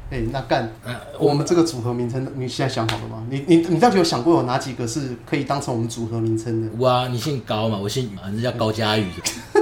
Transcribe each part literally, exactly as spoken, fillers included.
哎、欸，那干、呃，我们这个组合名称，你现在想好了吗？你你你到底有想过有哪几个是可以当成我们组合名称的？ 我啊，你姓高嘛，我姓宇，人家叫高嘉宇的。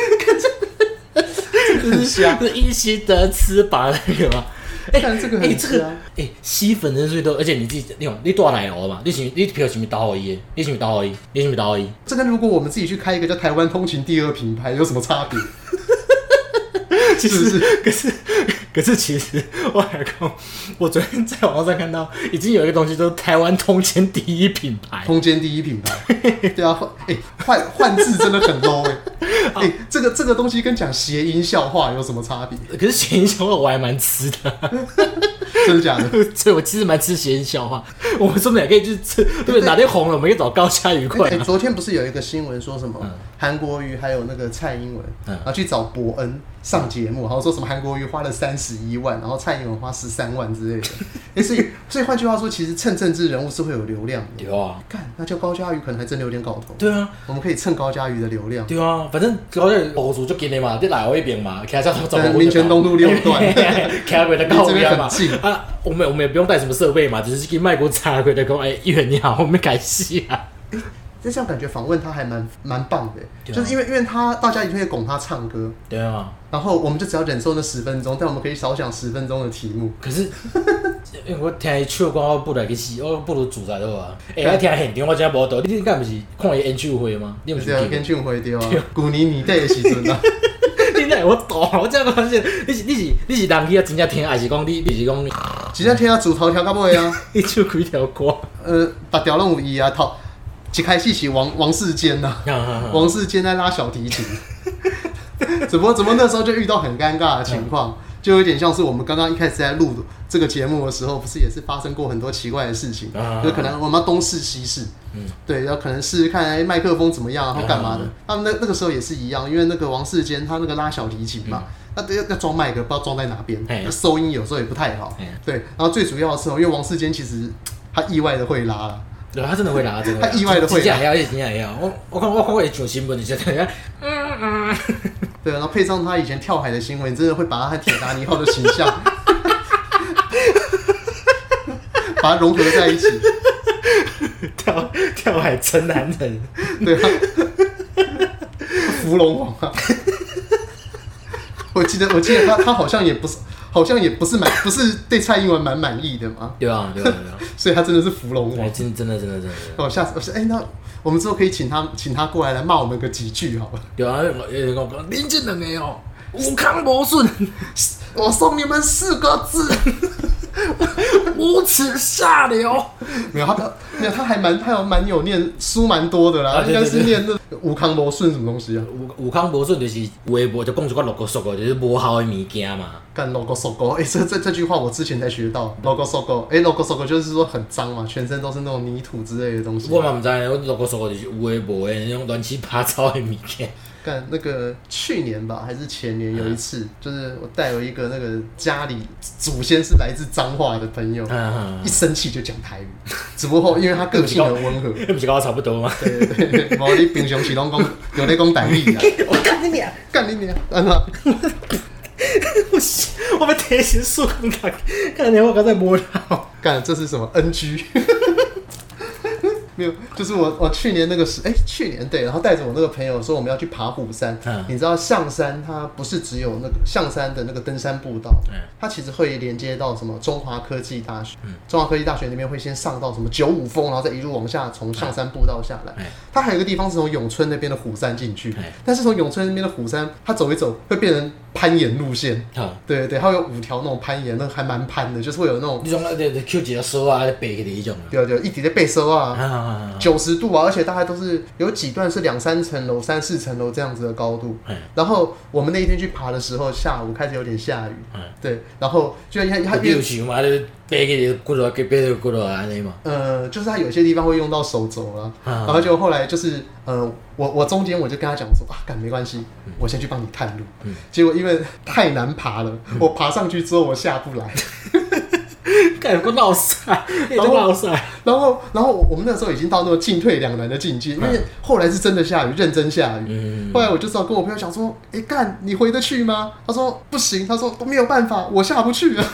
很香， 是一心得吃饱那个吗？ 哎、欸，这个很香。哎、 欸欸，吸粉的最多，而且你自己，你你大奶油嘛？你是你票是不是投给伊？你是不是投给伊？你是不是投给伊？ 这跟如果我们自己去开一个叫台湾通勤第二品牌有什么差别？ 其实是，可是可是其实我还讲，我昨天在网上看到，已经有一个东西，就是台湾通奸第一品牌， 通奸第一品牌。对啊，哎、欸，换换字真的很 low 哎、欸。哎、欸，这个这个东西跟讲谐音笑话有什么差别？ 可是谐音笑话我还蛮吃的， 真的假的？ 所以我其实蛮吃谐音笑话。我们说不定也可以去吃，对不对？哪天红了，我们可以找高嘉瑜快、啊。 哎、欸，昨天不是有一个新闻说什么韩、嗯、国瑜还有那个蔡英文，嗯、然后去找伯恩上节目，然后说什么韩国瑜花了三十一万，然后蔡英文花十三万之类的。哎、欸，所以所以换句话说，其实蹭政治人物是会有流量的。 有啊， 干，那叫高嘉瑜可能还真的有点搞头。 对啊， 我们可以蹭高嘉瑜的流量。 对啊，反正高嘉瑜部署就近的嘛，你来我一边嘛，开车走走。 民权东路六段， 开回来高边嘛。 近啊，我们我们也不用带什么设备嘛，只是去卖国茶回来讲，哎，议员你好，我们改戏啊。 这样感觉访问他还蛮蛮棒的，就是因为因为他大家一定会拱他唱歌， 对啊， 然后我们就只要忍受那十分钟，但我们可以少想十分钟的题目。 可是，因为我听伊唱歌，我不来去死，我不如自在好啊。哎、欸，我听现场我真无到，你你敢不是看伊演唱会吗？你不是演唱会对啊？旧年年底的时阵啊。 你哪我懂？我真发现你是你是你是人去啊，真正听，还是讲你你是讲真正听啊，自头跳到尾啊？ 你唱几条歌？ 呃，大条拢有伊啊，头一开始是王王世坚呐、啊，王世坚在拉小提琴，怎么怎么那时候就遇到很尴尬的情况，就有点像是我们刚刚一开始在录这个节目的时候，不是也是发生过很多奇怪的事情，就可能我们要东试西试，嗯，对，要可能试试看麦克风怎么样，然后干嘛的。他们那那个时候也是一样，因为那个王世坚他那个拉小提琴嘛。那要要装麦克，不知道装在哪边，那收音有时候也不太好。对，然后最主要的是，因为王世坚其实他意外的会拉了。 对，他真的会拉，真的。 他意外的会拉， 真假也真假也我我看我看过上新闻，你觉得？嗯嗯。对，然后配上他以前跳海的新闻，真的会把他和铁达尼号的形象，把它融合在一起。 跳跳海真男人， 对啊，芙蓉王啊。我记得，我记得他，他好像也不是，好像也不是满，不是对蔡英文蛮满意的嘛。 对啊，对啊，对啊。 所以他真的是芙蓉王， 真真的真的真的。 哦，下次我说，哎、欸，那我们之后可以请他，请他过来来骂我们个几句好了。 对啊，我讲林建两个哦，无康无顺， 我送你们四个字。 无耻下流。 没有他，没有他还蛮，他有蛮有念书蛮多的啦，啊、应该是念那无康无顺什么东西啊？ 无无康无顺就是微博就讲一个啰啰嗦嗦，就是无效的物件嘛。 干啰啰嗦嗦，哎，这这这句话我之前才学到，啰啰嗦嗦，哎，啰啰嗦嗦就是说很脏嘛，全身都是那种泥土之类的东西。 我嘛唔知，我啰啰嗦嗦就是有的无的那种乱七八糟的物件。 干那个去年吧，还是前年有一次，嗯、就是我带有一个那个家里祖先是来自彰化的朋友，嗯、一生气就讲台语，只不过因为他个性很温和， 不是跟我差不多吗？ 对对对，无你平常时拢讲有在讲台语啦， 我干你娘， 干你娘，安怎？ 我我被贴形树很卡，看你我刚才摸到， 干这是什么 N G？没有，就是我我去年那个时，哎、欸，去年对，然后带着我那个朋友说我们要去爬虎山。嗯、你知道象山它不是只有那个象山的那个登山步道，嗯、它其实会连接到什么中华科技大学。嗯、中华科技大学那边会先上到什么九五峰，然后再一路往下从象山步道下来。嗯、它还有一个地方是从永春那边的虎山进去，嗯、但是从永春那边的虎山，它走一走会变成攀岩路线。嗯、对对对，它会有五条那种攀岩，那还蛮攀的，就是会有那种。 你种呃，Q 几个手啊，爬起来那种。 对对，一直在背手啊。嗯九十度啊，而且大概都是有几段是两三层楼、三四层楼这样子的高度。嗯、然后我们那一天去爬的时候，下午开始有点下雨。嗯、对，然后就它它有时嘛，就背起骨头，给背起骨头安尼嘛。 呃，就是它有些地方会用到手肘啊，嗯、然后就后来就是呃，我我中间我就跟他讲说啊，干没关系，我先去帮你探路。嗯、结果因为太难爬了，我爬上去之后我下不来。 干有个闹赛，然后闹赛， 然后然后我们那时候已经到那个进退两难的境界，因为后来是真的下雨，认真下雨。嗯、后来我就只好跟我朋友讲说：“哎、欸，干，你回得去吗？”他说：“不行。”他说：“都没有办法，我下不去了。”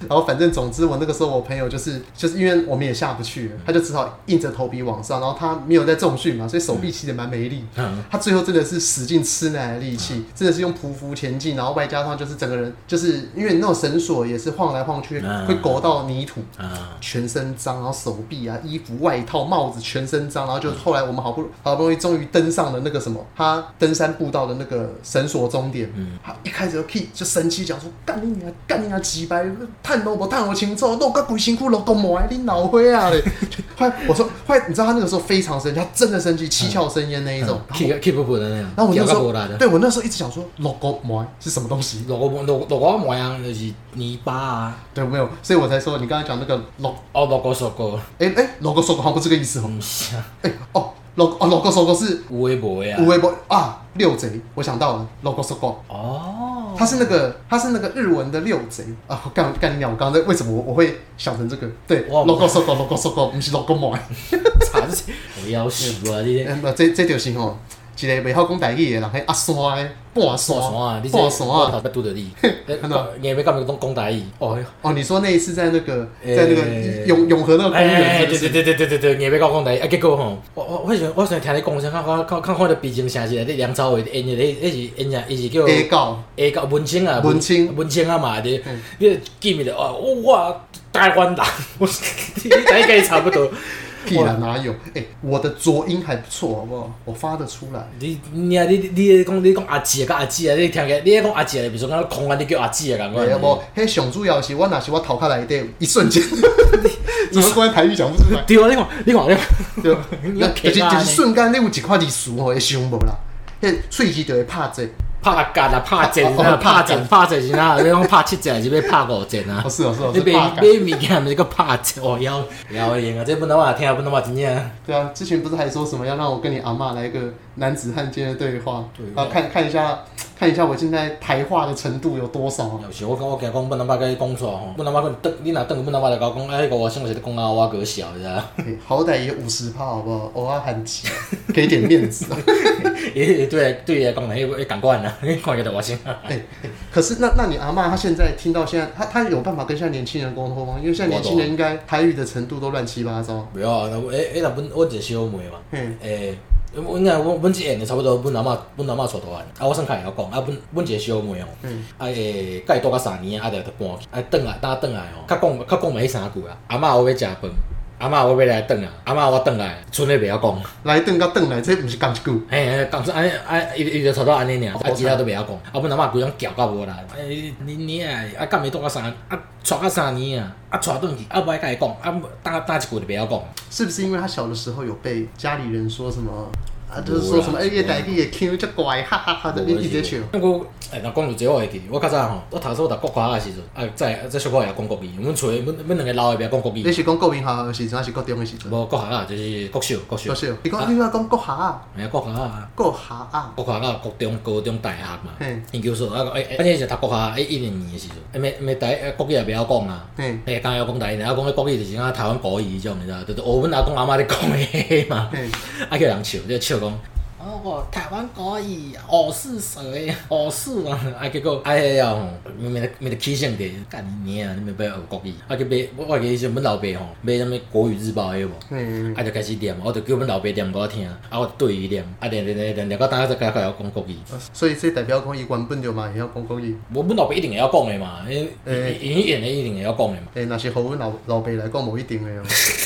然后反正总之我那个时候我朋友就是就是因为我们也下不去了，他就只好硬着头皮往上，然后他没有在重训嘛，所以手臂其实蛮没力，嗯、他最后真的是使劲吃奶的力气，嗯、真的是用匍匐前进，然后外加上就是整个人就是因为那种绳索也是晃来晃去，嗯、会勾到泥土，嗯、全身脏，然后手臂啊、衣服、外套、帽子全身脏，然后就后来我们好不好不容易终于登上了那个什么，他登山步道的那个绳索终点，嗯、他一开始就 key 就生气讲说干你娘干你娘鸡掰，探都无探我清楚，弄个鬼辛苦弄个毛你脑灰啊嘞！后来我说后来你知道他那个时候非常生气，他真的生气，七窍生烟那一种 ，keep keep 不的那样。 然后我那时候对我那时候一直想说弄个毛是什么东西？ 弄个弄弄个毛啊，就是泥巴啊。 对，没有，所以我才说你刚才讲那个弄哦弄个手狗， 哎哎弄个手狗好像不是这个意思哦。 不是啊， 哎哦。logo 哦 logo 手狗是有微博呀， 有微博啊，六贼，我想到了 logo 手狗哦， 它是那个它是那个日文的六贼啊，干干你鸟，我刚刚为什么我我会想成这个？对 ，logo 手狗 logo 手狗不是 logo 毛， 查这些我要死啊！你嗯，这这就是吼。一个袂晓讲台语的人，迄阿山的半山， 半山啊，我头要拄着你，看到硬要干嘛讲讲台语？哦哦，你说那一次在那个在那个永永和那个公园， 对对对对对对对，硬要讲讲台语，啊，结果吼，我我我想我想听你讲啥，看看看看看到毕竟城市内底梁朝伟演的，迄迄是演啥？伊是叫 A 告 A 告文青啊， 文青文青啊嘛，你你记咪的哦，我台湾人，我你台语跟差不多。 屁啦，哪有？哎、欸，我的浊音还不错，好不好？我发得出来。 你你啊，你你讲你讲阿姐甲阿姐啊，你听起来，你讲阿姐，比如说讲空啊，你叫阿姐啊，感觉。 哎，无，迄上主要是我若是我头壳内底一瞬间，怎么光台语讲不出来？ 对啊，你看，你看， 对，就是就是瞬间，你有一块字词吼会想无啦，迄喙齿就会拍者。 拍格啊，拍折啊，拍折拍折是哪？你讲拍七折还是要拍五折啊？ 哦是哦是哦， 你买买物件毋是个拍折哦，要要用啊！这本来我听，本来我真正。 对啊，之前不是还说什么要让我跟你阿嬷来一个男子汉间的对话，啊看看一下看一下我现在台话的程度有多少。 有时我我惊讲本来我甲你讲出来吼，本来我跟等你若等本来我来甲我讲，哎，我像是讲啊，我个小，你知道？ 好歹也五十趴好不好？偶尔喊起，给点面子。 也对对来讲，迄感官啊，你看起来我先。哎哎，可是那那你阿嬷她现在听到现在，她她有办法跟现在年轻人沟通吗？因为现在年轻人应该台语的程度都乱七八糟。 没有啊，诶诶，那阮阮一个小妹嘛，诶，阮阮阮阮一演的差不多，阮阿嬷阮阿嬷带大汉，啊，我算较会晓讲，啊，阮阮一个小妹哦，啊诶，甲伊住到三年，啊，就就搬去，啊，转来搭转来吼，较讲较讲嘛迄三句啊，阿嬷我要食饭。阿嬷我要来转啊，阿嬷我转来，剩的袂晓讲。 来转甲转来，这毋是讲一句。 嘿，讲出安尼，啊，伊伊就差不多安尼尔，啊，其他都袂晓讲。啊，阮阿嬷规种叫到无啦，诶，你你啊，啊，干没住到三，啊，住到三年啊，啊，住转去，啊，无爱甲伊讲，啊，打打一句就袂晓讲。 是不是因为他小的时候有被家里人说什么？啊，就是说什么，哎，伊台语会腔，足怪，哈哈哈的，你直接笑。 那我，哎，若讲到这我会记，我较早吼，我头先读国华的时阵，啊，再再小可会晓讲国语，阮厝诶，阮阮两个老诶袂晓讲国语。 你是讲国民学校的时阵，还是国中的时阵？ 无国校啊，就是国小，国小。 国小。你讲你话讲国校啊？ 哎呀，国校啊。 国校啊。 国校啊，国中、高中、大学嘛。研究所啊，哎，反正是读国校，哎，一零年的时阵，哎，没没台国语也袂晓讲啊。嗯。哎，刚晓讲台语，然后讲迄国语就是像台湾国语迄种，你知道？就是学阮阿公阿妈咧讲诶嘛。嗯。啊，叫人笑，就笑讲。哦，台湾国语，我是谁？我是啊！啊，结果哎呀吼，咪咪咪得起性的，干你娘！你咪要学国语，啊去买，我我记时阮老爸吼买啥物国语日报个无，嗯，啊就开始念，我就叫阮老爸念给我听，啊我对伊念，啊念念念念念到当下才开始会晓讲国语。 所以这代表讲伊原本就嘛会晓讲国语。 无，阮老爸一定会晓讲的嘛，因因伊演的一定会晓讲的嘛。 诶，若是互阮老老爸来讲，无一定的哦。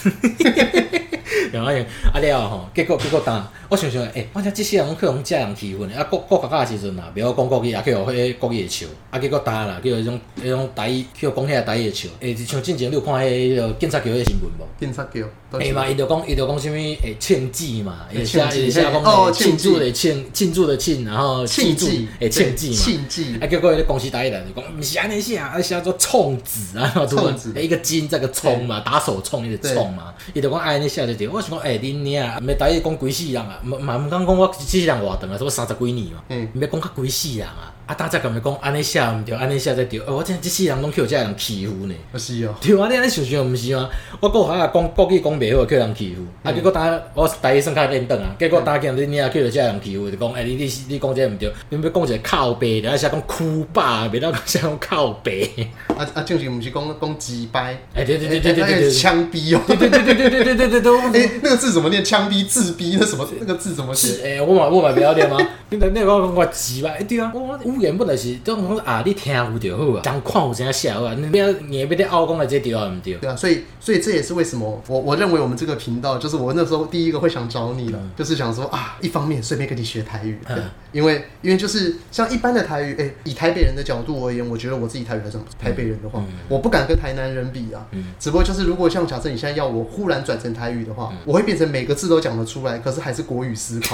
然后啊了吼，结果结果当我想想，诶，我讲即世人去互遮人欺负呢，啊国国国家的时阵啊，袂晓讲国语，啊去互迄国语的笑，啊结果当啦，去互迄种迄种台语，去互讲遐台语的笑，诶，像之前你有看迄个警察局迄新闻无？ 警察局。 诶嘛，伊就讲伊就讲啥物诶庆忌嘛，伊写伊写讲庆祝的庆庆祝的庆，然后庆祝诶庆忌嘛， 庆忌。 啊结果迄公司台语人就讲，毋是安尼写，啊写做冲子啊， 冲子， 一个金这个冲嘛，打手冲一个冲嘛，伊就讲安尼写就对。我想讲，诶，恁娘，毋免台语讲几世人啊，嘛毋敢讲我即世人偌长啊，什么三十几年嘛，毋免讲较几世人啊。 啊，大家咁咪讲安尼写毋对，安尼写才对。哦，我真这世人拢去有这人欺负呢。 是哦。 对啊，你安尼想想毋是吗？我国学讲国语讲袂好，去人欺负。啊，结果当我台语算较练转啊，结果大家今日你也去有这人欺负，就讲诶，你你你讲这毋对，你要讲一个靠背，你要写讲哭爸，袂当讲写讲靠背。 啊啊，正是毋是讲讲击败？ 哎，对对对对对对对， 枪逼哦。 对对对对对对对对对。 哎，那个字怎么念？枪逼、自逼，那什么？那个字怎么写？ 哎，我嘛我嘛袂晓念啊。你那那个讲我击败，哎对啊，我语言本来是种讲啊，你听有就好啊，人看有啥写好啊，你不要硬要在拗讲的这对啊毋对？ 对啊，所以所以这也是为什么我我认为我们这个频道，就是我那时候第一个会想找你了，嗯、就是想说啊，一方面顺便跟你学台语，嗯、因为因为就是像一般的台语，哎、欸，以台北人的角度而言，我觉得我自己台语还是台北人的话，嗯、我不敢跟台南人比啊。嗯、只不过就是如果像假设你现在要我忽然转成台语的话，嗯、我会变成每个字都讲得出来，可是还是国语思考。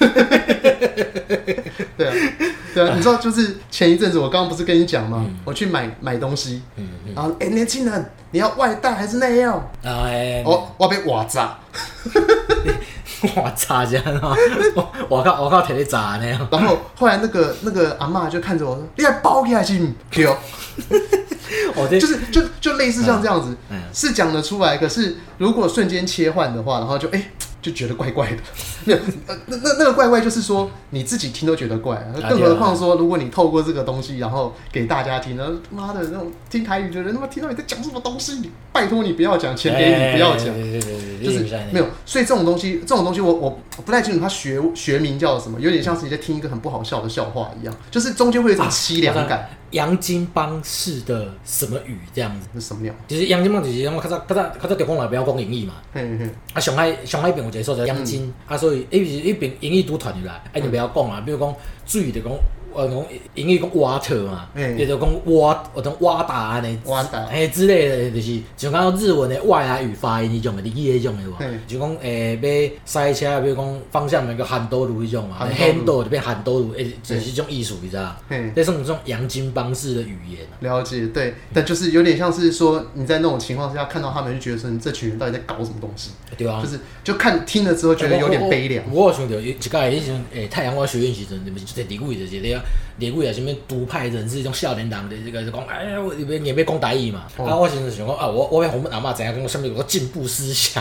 对啊，对啊，你知道就是前一阵子我刚刚不是跟你讲吗？嗯、我去买买东西，嗯嗯、然后哎、欸，年轻人，你要外带还是内用？啊，哎、欸，我我被瓦炸， 瓦炸这样啊！我靠，我靠，摕你炸那样。 然后后来那个那个阿嬷就看着我说：“你还包起来是唔对？”哦，就是就就类似像这样子，嗯嗯、是讲得出来。可是如果瞬间切换的话，然后就哎。欸就觉得怪怪的，没有，呃，那那那个怪怪就是说你自己听都觉得怪、啊，更何况说如果你透过这个东西，然后给大家听，然后妈的那种听台语的人，他妈听到你在讲什么东西，拜托你不要讲，钱给你不要讲，就是没有。所以这种东西，这种东西我我不太清楚它学学名叫什么，有点像是你在听一个很不好笑的笑话一样，就是中间会有一种凄凉感。 洋金帮式的什么语这样子？ 是什么鸟？ 就是洋金帮就是讲较早较早较早地方内边讲英语嘛。嗯嗯。啊，上海上海边有一个所在洋金，嗯、啊，所以伊是迄边英语拄传入来，啊，就不要讲啊，比如讲水就讲。呃，讲英语讲 water 嘛，也就讲瓦，或者瓦达安尼， 瓦达， 嘿之类的，就是像讲日文的外来语发音迄种的，日语迄种的哇，就讲诶，要塞车，比如讲方向那个喊多路迄种嘛，喊多就变喊多路，诶，就是这种艺术，你知道？这种这种洋金帮式的语言。 了解，对，但就是有点像是说你在那种情况下看到他们，就觉得说你这群人到底在搞什么东西？对啊，就是就看听了之后觉得有点悲凉。 我想到一届迄阵诶，太阳花学院时阵，就是在日语就是咧。列位啊，什么独派人士，种少年人的这个讲，哎呀，我也要讲台语嘛。哦、啊，我现在想讲啊，我我要互阮阿嬷知影讲，什么叫做进步思想，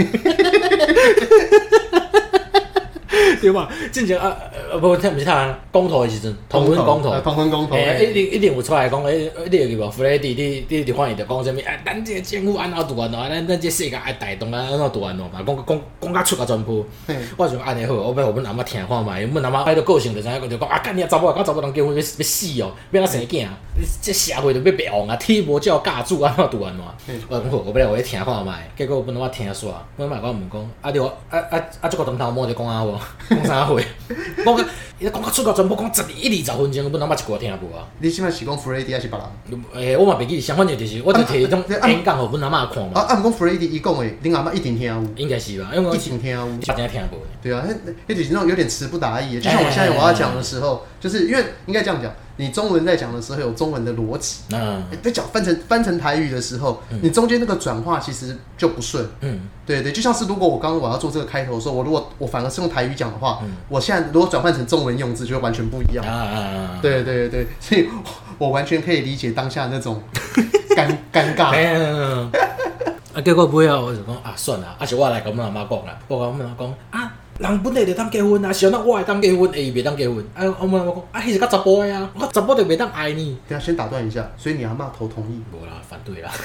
对吧？之前啊，呃，无，听毋是他公投的时阵，同婚公投， 同婚公投， 诶，一定一定有出来讲，诶，你会记无？弗雷迪，你你伫反应着讲什么？哎，咱这个政府安怎拄安怎？咱咱这世界爱带动啊，安怎拄安怎嘛？讲讲讲甲出甲全部。我想安尼好，我要互阮阿嬷听看卖，阮阿嬷爱着个性就知影，就讲啊，干你查某啊，甲查某人结婚要要死哦，要怎生囝？这社会就要灭亡啊！天无叫教主安怎拄安怎？我讲好，我要来我听看卖，结果阮阿嬷听煞，阮阿嬷甲我问讲，啊对，啊啊啊，这个长头毛就讲啊无，讲啥货？讲个，伊讲甲出国全部讲十一二十分钟，阮阿嬷一句听无啊。 你即摆是讲 Freddy 还是别人？ 诶，我嘛袂记，相反正就是，我就摕迄种演讲互阮阿嬷看嘛。 啊啊，毋讲 Freddy 伊讲诶，恁阿嬷一定听有。 应该是吧？因为一定听有， 真正听无。 对啊，迄迄就是那种有点词不达意。就像我现在我要讲的时候，就是因为应该这样讲。你中文在讲的时候有中文的逻辑，嗯，在讲翻成翻成台语的时候，嗯、你中间那个转化其实就不顺，嗯，对对，就像是如果我刚刚我要做这个开头的时候，我如果我反而是用台语讲的话，嗯、我现在如果转换成中文用字就会完全不一样，啊啊啊！对对对，所以我完全可以理解当下那种尴尴尬。 啊，结果尾后我就讲啊，算啦，啊是我来甲阮阿妈讲啦，我甲阮阿妈讲啊。人本来就当结婚啊，是那我会当结婚，伊袂当结婚。啊，我问我讲，啊，迄是甲查甫的啊，我查甫就袂当爱你。 等下先打断一下，所以你阿嬷投同意？ 无啦，反对啦。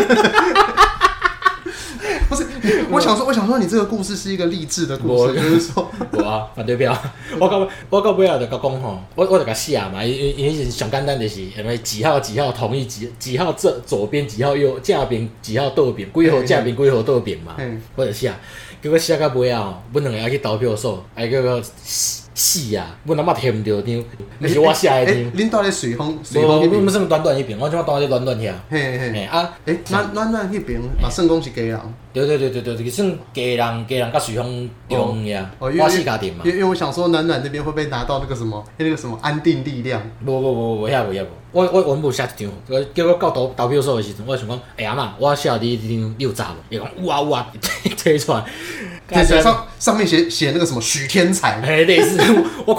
不是，我想说，我想说，你这个故事是一个励志的故事，就是说， 无啊，反对票。我到我到尾后就甲讲吼，我我就甲写嘛，因因为上简单就是，因为几号几号同意几几号这左边几号右正边几号倒边，几号正边几号倒边嘛，我就写。结果写到尾啊，阮两个爱去投票所，哎，叫个死啊！阮阿嬷摕唔着张，那是我写的张。 恁到咧随风随风迄边，阮算暖暖迄边，我即马住咧暖暖遐。 嘿嘿啊，诶，暖暖暖迄边嘛算讲是家人。 对对对对对，就是算家人家人甲随风中呀，我四家庭嘛。 因为我想说暖暖那边会不会拿到那个什么那个什么安定力量？ 无无无无遐无遐无，我我我无写一张，结果到投投票所的时阵，我想讲，哎阿嬷，我写你一张，你有查无？伊讲有啊有啊，摕出来。 上上面写写那个什么许天才， 哎，类似，我看就讲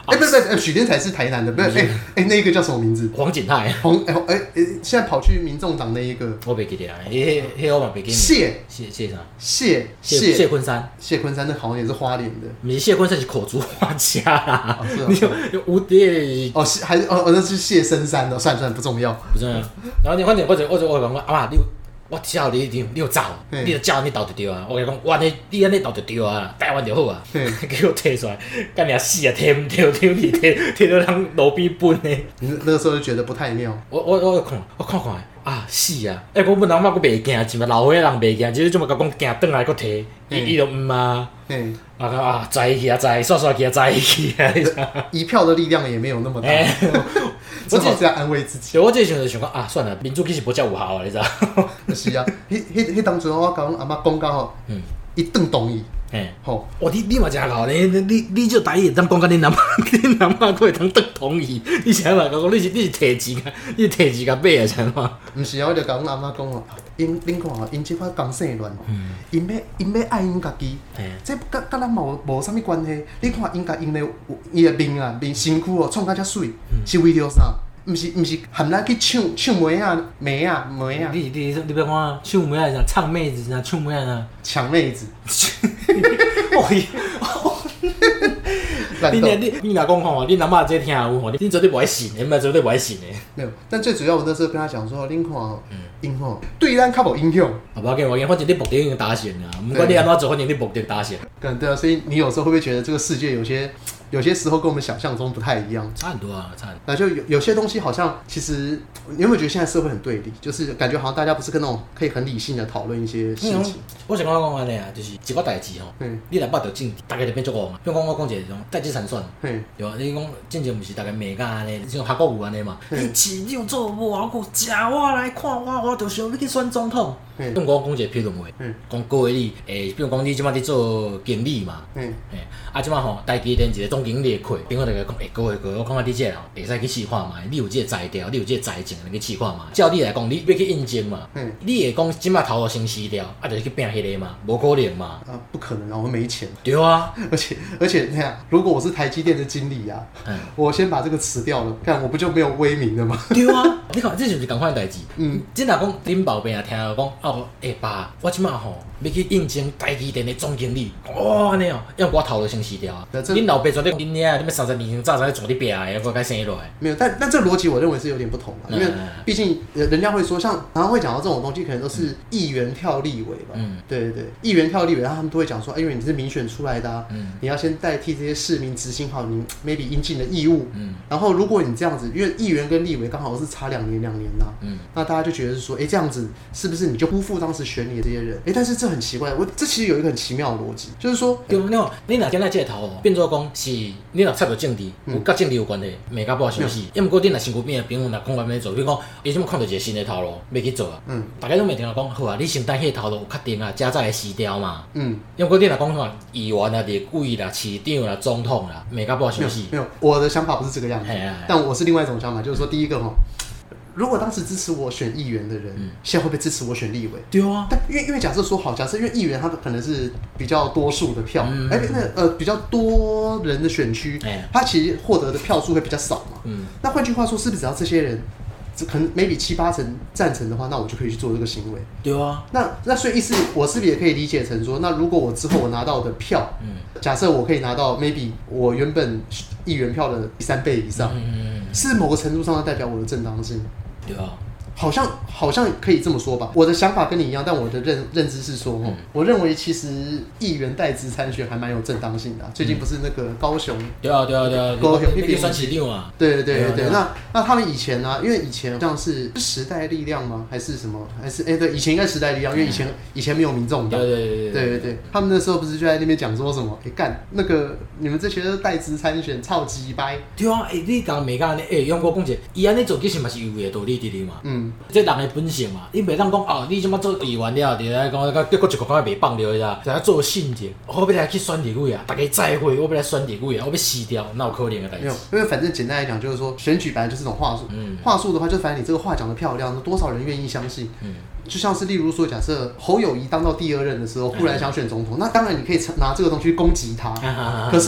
哎，不是不是，许天才是台南的，不是哎哎，那个叫什么名字？ 黄景泰。 黄哎哎哎，现在跑去民众党那一个， 我袂记得啊，迄迄我嘛袂记得。 谢谢谢啥？ 谢谢谢昆山， 谢昆山那好像也是花莲的， 不是谢昆山是口足画家啦。你有有无敌哦，还是哦哦，那是谢深山的，算了算了，不重要， 不重要。然后你反正我就我就我讲啊妈，你我叫你你你有走，你就叫你斗就对啊。我讲我你你安尼斗就对啊，台湾就好啊。给我摕出来，干你啊死啊，摕唔着，摕你摕摕到人路边奔呢。 你那个时候就觉得不太妙。 我我我看我看看。啊是啊！哎、欸，我本来我佫袂惊，是嘛老岁仔人袂惊，只是这么甲讲惊转来佫摕，伊伊就毋啊，啊啊在去啊在，刷刷去啊在去啊！ 一票的力量也没有那么大，欸、只好这样安慰自己。 我这时候就想讲啊，算了，民主其实无遮有效啊，你知道？ 是啊，迄迄迄当阵我甲阮阿妈讲到吼，嗯，伊顿同意。 嘿，好，哇！你你嘛真好，你你你这台语会当讲甲恁阿妈，恁阿妈佫会当得同意。你想嘛？讲你是你是摕钱啊，你是摕钱甲买啊，像嘛？ 毋是啊，我就甲阮阿妈讲哦，因恁看哦，因即款刚生乱，因要因要爱因家己，这甲甲咱无无啥物关系。你看因甲因的伊的面啊，面身躯哦，创甲遮水，是为着啥？毋是毋是含咱去抢抢妹啊妹啊妹啊！ 你你你别看抢妹啊，啥唱妹子，啥抢妹啊， 抢妹子。 哦你你你若讲吼，你阿妈这听有吼，你绝对不会信，你们绝对不会信的。 没有，但最主要我那时候跟他讲说，恁看哦，因吼对咱较无影响。 啊，不要紧，我讲，反正你目的已经达成啊，不管你安怎做，反正你目的达成。 嗯，对啊，所以你有时候会不会觉得这个世界有些有些时候跟我们想象中不太一样？ 差很多啊，差很多。 那就有有些东西好像其实，你有没有觉得现在社会很对立？就是感觉好像大家不是跟那种可以很理性的讨论一些事情。 我想讲讲安尼啊，就是一个代志吼，你若捌到政治，大家就变足戆。比如讲我讲一个种代志参选，对吧？你讲之前不是大家骂甲安尼，像韩国有安尼嘛？你市长做无，我食我来看我，我就想要去选总统。用我讲一个评论话，讲各位你，诶，比如讲你即摆伫做经理嘛，诶，啊即摆吼，台积电一个总经理的课，朋友大家讲，诶，各位各位，我感觉你这个吼，会使去试看嘛，你有这个才调，你有这个才情，你去试看嘛。照你来讲，你要去应征嘛，你会讲即摆头路先辞掉，啊，就是去拼迄个嘛，无可能嘛。 啊，不可能啊，我没钱。 对啊， 而且而且那样，如果我是台积电的经理啊，我先把这个辞掉了，看我不就没有威名了吗？ 对啊，你看这就是同款代志。嗯，真若讲恁后边啊，听到讲哦，诶爸。我即摆吼要去应征台积电的总经理，哇安尼哦，因为我头就先辞掉啊。恁老爸绝对恁遐，你们三十年前早早做你拼的，我该生落来。 没有，但但这逻辑我认为是有点不同嘛，因为毕竟人家会说，像常常会讲到这种东西，可能都是议员跳立委吧。嗯，对对对，议员跳立委，然后他们都会讲说，因为你是民选出来的啊，嗯，你要先代替这些市民执行好你 maybe 应尽的义务。嗯，然后如果你这样子，因为议员跟立委刚好是差两年两年呐，嗯，那大家就觉得是说，哎，这样子是不是你就辜负当时选你的这些人？哎，但是这很奇怪，我这其实有一个很奇妙的逻辑，就是说， 对，你看，你若今仔这个头变做讲是，你若插到政治，有甲政治有关系，骂甲不相死。要毋过你若身躯边的朋友若讲安尼做，比如讲，伊即么看到一个新的头路，要去做啊。嗯，大家拢袂听我讲，好啊，你先等迄个头路有确定啊，才再来辞掉嘛。嗯，要毋过你若讲话，议员啊、立委啦、市长啦、总统啦，骂甲不相死。 没有，我的想法不是这个样子，但我是另外一种想法，就是说，第一个哈。如果当时支持我选议员的人，嗯、现在会不会支持我选立委？ 对啊， 但因为因为假设说好，假设因为议员他可能是比较多数的票，哎、嗯欸，那呃比较多人的选区，欸、他其实获得的票数会比较少嘛。嗯，那换句话说，是不是只要这些人？可能 maybe 七八成赞成的话，那我就可以去做这个行为。 对啊。 那那所以意思，我是不是也可以理解成说，那如果我之后我拿到的票，嗯，假设我可以拿到 maybe 我原本议员票的三倍以上，嗯嗯嗯，是某个程度上的代表我的正当性。 对啊。 好像好像可以这么说吧。我的想法跟你一样，但我的认认知是说，嗯、我认为其实议员代职参选还蛮有正当性的、啊。最近不是那个高雄？ 对啊对啊对啊， 高雄那边选市长啊。 对对对 对, 对, 对。那那他们以前呢、啊？因为以前像是时代力量吗？还是什么？还是哎、欸、对，以前应该时代力量，因为以前、嗯、以前没有民众党。 对对对 对, 对对对。他们那时候不是就在那边讲说什么？哎、欸、干那个你们这些代职参选超级掰。 对啊，哎、欸、你讲每个安尼，哎用我讲者，伊安尼做其实嘛是有伊的道理伫哩嘛。嗯。这人的本性嘛，你袂当讲哦，你即马做议员了，伫来讲，结果一个讲袂放了啦，就来做信者，我要来去选立委啊，大家再会，我要来选立委啊，我要死掉，那有可能的代志。 没有，因为反正简单来讲，就是说选举本来就是一种话术，嗯，话术的话，就反正你这个话讲得漂亮，多少人愿意相信？嗯，就像是例如说，假设侯友宜当到第二任的时候，忽然想选总统，嗯、那当然你可以拿这个东西去攻击他，啊、可是。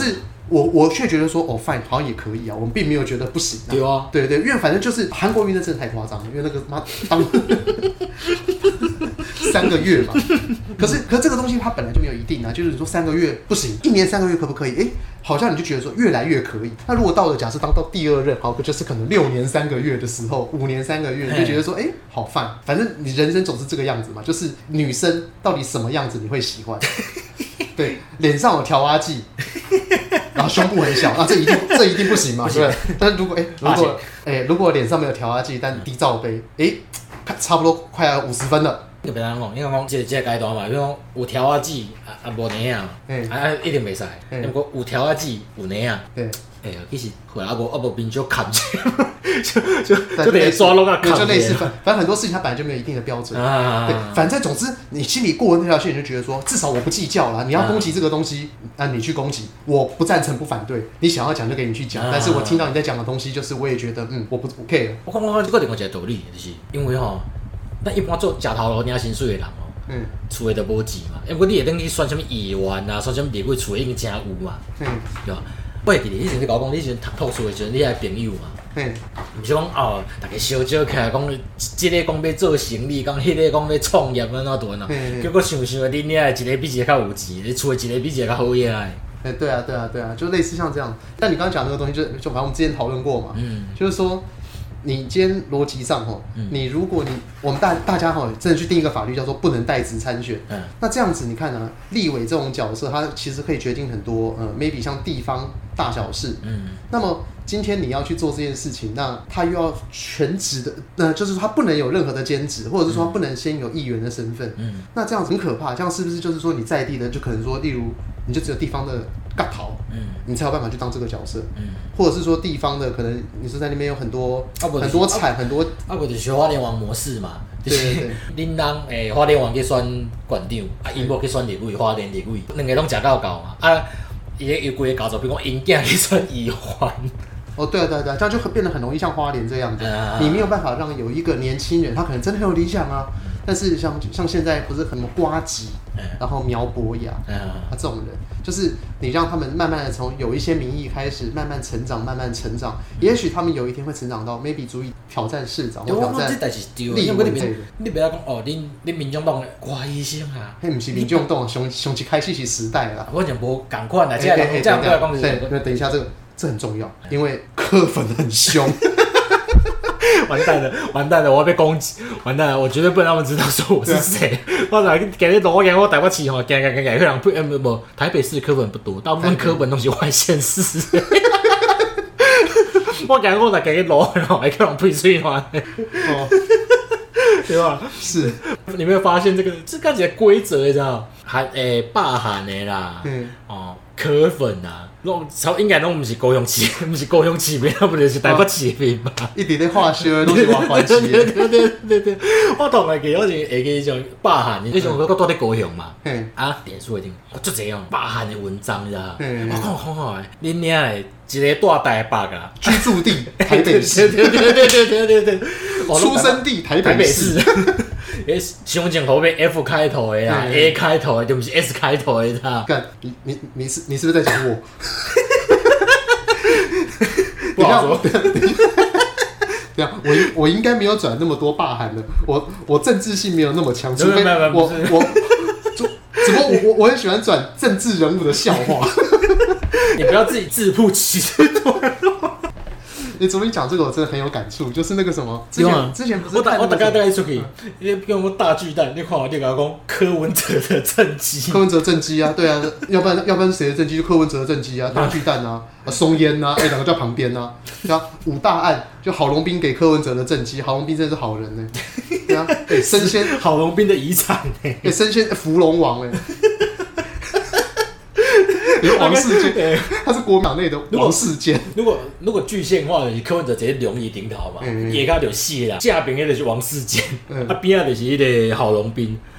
我我却觉得说哦 fine 好像也可以啊，我们并没有觉得不行啊。 对啊， 对对，因为反正就是韩国瑜那真的太夸张了，因为那个妈当三个月嘛。可是可是这个东西它本来就没有一定啊，就是说三个月不行，一年三个月可不可以？哎，好像你就觉得说越来越可以。那如果到了假设当到第二任，好，就是可能六年三个月的时候，五年三个月，你就觉得说哎好 fine，反正你人生总是这个样子嘛，就是女生到底什么样子你会喜欢？对，脸上有调蛙剂，然后胸部很小，啊，这一定这一定不行嘛，对不对？但是如果哎、欸，如果哎、欸，如果脸上没有调蛙剂，但低罩杯，哎、欸，差不多快要五十分了。 你别当讲，因为讲这这个阶段嘛，比如讲有调蛙剂啊啊无黏啊，啊一定袂使。不过有调蛙剂有黏啊，对，哎呀，其实后来我我无变就砍起，就就就得抓落个砍。 就类似，反反正很多事情它本来就没有一定的标准。啊，对，反正总之你心里过那条线，你就觉得说，至少我不计较啦。你要攻击这个东西，啊，你去攻击，我不赞成不反对。你想要讲就给你去讲，但是我听到你在讲的东西，就是我也觉得，嗯，我不不 care。 我讲我这个另外一个道理，就是因为吼。咱一般做食头路领薪水的人哦，嗯，厝诶都无钱嘛，因为你会当去选什么议员啊，选什么立委，厝诶已经真有嘛，嗯，对吧？我会记得以前你甲我讲，你以前读读书的时阵，你遐朋友嘛，嗯，毋是讲哦，大家烧酒起来讲，即个讲要做生意，讲迄个讲要创业安怎段啊，结果想想恁遐一个比一个较有钱，你厝诶一个比一个较好业哎。 哎，对啊，对啊，对啊，就类似像这样。但你刚刚讲那个东西就，就就反正我们之前讨论过嘛，嗯，就是说。你今天逻辑上吼，嗯、你如果你我们大大家吼真的去定一个法律叫做不能代职参选，嗯、那这样子你看啊，立委这种角色，它其实可以决定很多呃 maybe 像地方大小事，嗯，那么今天你要去做这件事情，那他又要全职的，那、呃、就是说他不能有任何的兼职，或者是说他不能先有议员的身份，嗯，那这样子很可怕，这样是不是就是说你在地的就可能说，例如你就只有地方的尬头，嗯，你才有办法去当这个角色，嗯，或者是说地方的可能你是在那边有很多、啊、很多产、啊、很多， 啊不就是花莲王模式嘛，就是恁人诶花莲王去选县长，啊因某去选立委，花莲立委，两个拢食到够嘛，啊伊个伊规个搞作，比如讲因囝去选议员。 哦，对啊，对啊，对啊，这样就变得很容易像花莲这样子，啊、你没有办法让有一个年轻人，他可能真的很有理想啊，但是像像现在不是很多呱吉，然后苗博雅啊这种人，就是你让他们慢慢的从有一些民意开始慢慢成长，慢慢成长，也许他们有一天会成长到 maybe 足以挑战市长或挑战立委这个。 你不要讲哦，恁恁民众党瓜医生啊， 迄不是民众党，上上一开始是时代啦， 我就无共款啦，这样这样不要讲是。 对，等一下这个。这很重要，因为柯粉很凶。 完蛋了，完蛋了，我要被攻击，完蛋了，我绝对不能让他们知道说我是谁。我来给你路，我给我台北市吼，行行行行，人不呃不不，台北市柯粉不多，大部分柯粉都是外县市。我讲我来给你路，然后还可以让配水嘛。哦，对吧？ 是， 你没有发现这个这看起来规则，你知道？韩诶，霸韩的啦，嗯，哦，柯粉啊。超应该拢唔是高雄市，唔是高雄市民，不就是台北市民嘛？ 一直咧化学都是外环市。 对对对对对，我同会记，我是会记迄种霸韩，迄种我住伫高雄嘛，啊，电视一定足侪样霸韩的文章，你知道？我看看看诶，恁遐诶一个大台北啊， 居住地台北市， 对对对对对对对， 出生地台北市。 诶，胸前后面 F 开头的啦 ，A 开头的，就不是 S 开头的啦。 干，你你你是你是不是在讲我？ 不好说。 对啊，我我应该没有转那么多霸韩的，我我政治性没有那么强，除非我我只不过我我我很喜欢转政治人物的笑话。 你不要自己自曝其短。 你昨天讲这个，我真的很有感触，就是那个什么，之前、啊、之前不是看、那個、 我大概带你出去，你用我大巨蛋，你看我你讲讲柯文哲的政绩， 柯文哲政绩啊，对啊，要不然要不然谁的政绩就柯文哲的政绩啊，大巨蛋啊，啊松烟啊，哎、欸、两个在旁边啊，对啊，五大案就郝龙斌给柯文哲的政绩，郝龙斌真的是好人呢、欸，对啊，哎、欸、生鲜郝龙斌的遗产哎、 欸，生鲜福龙王哎、欸。王世坚，他是国民党内的王世坚。 如果如果具象化的，柯文哲直接龙椅顶头嘛，野家就死啦。下边迄个是王世坚，啊边仔就是迄个郝龙斌，啊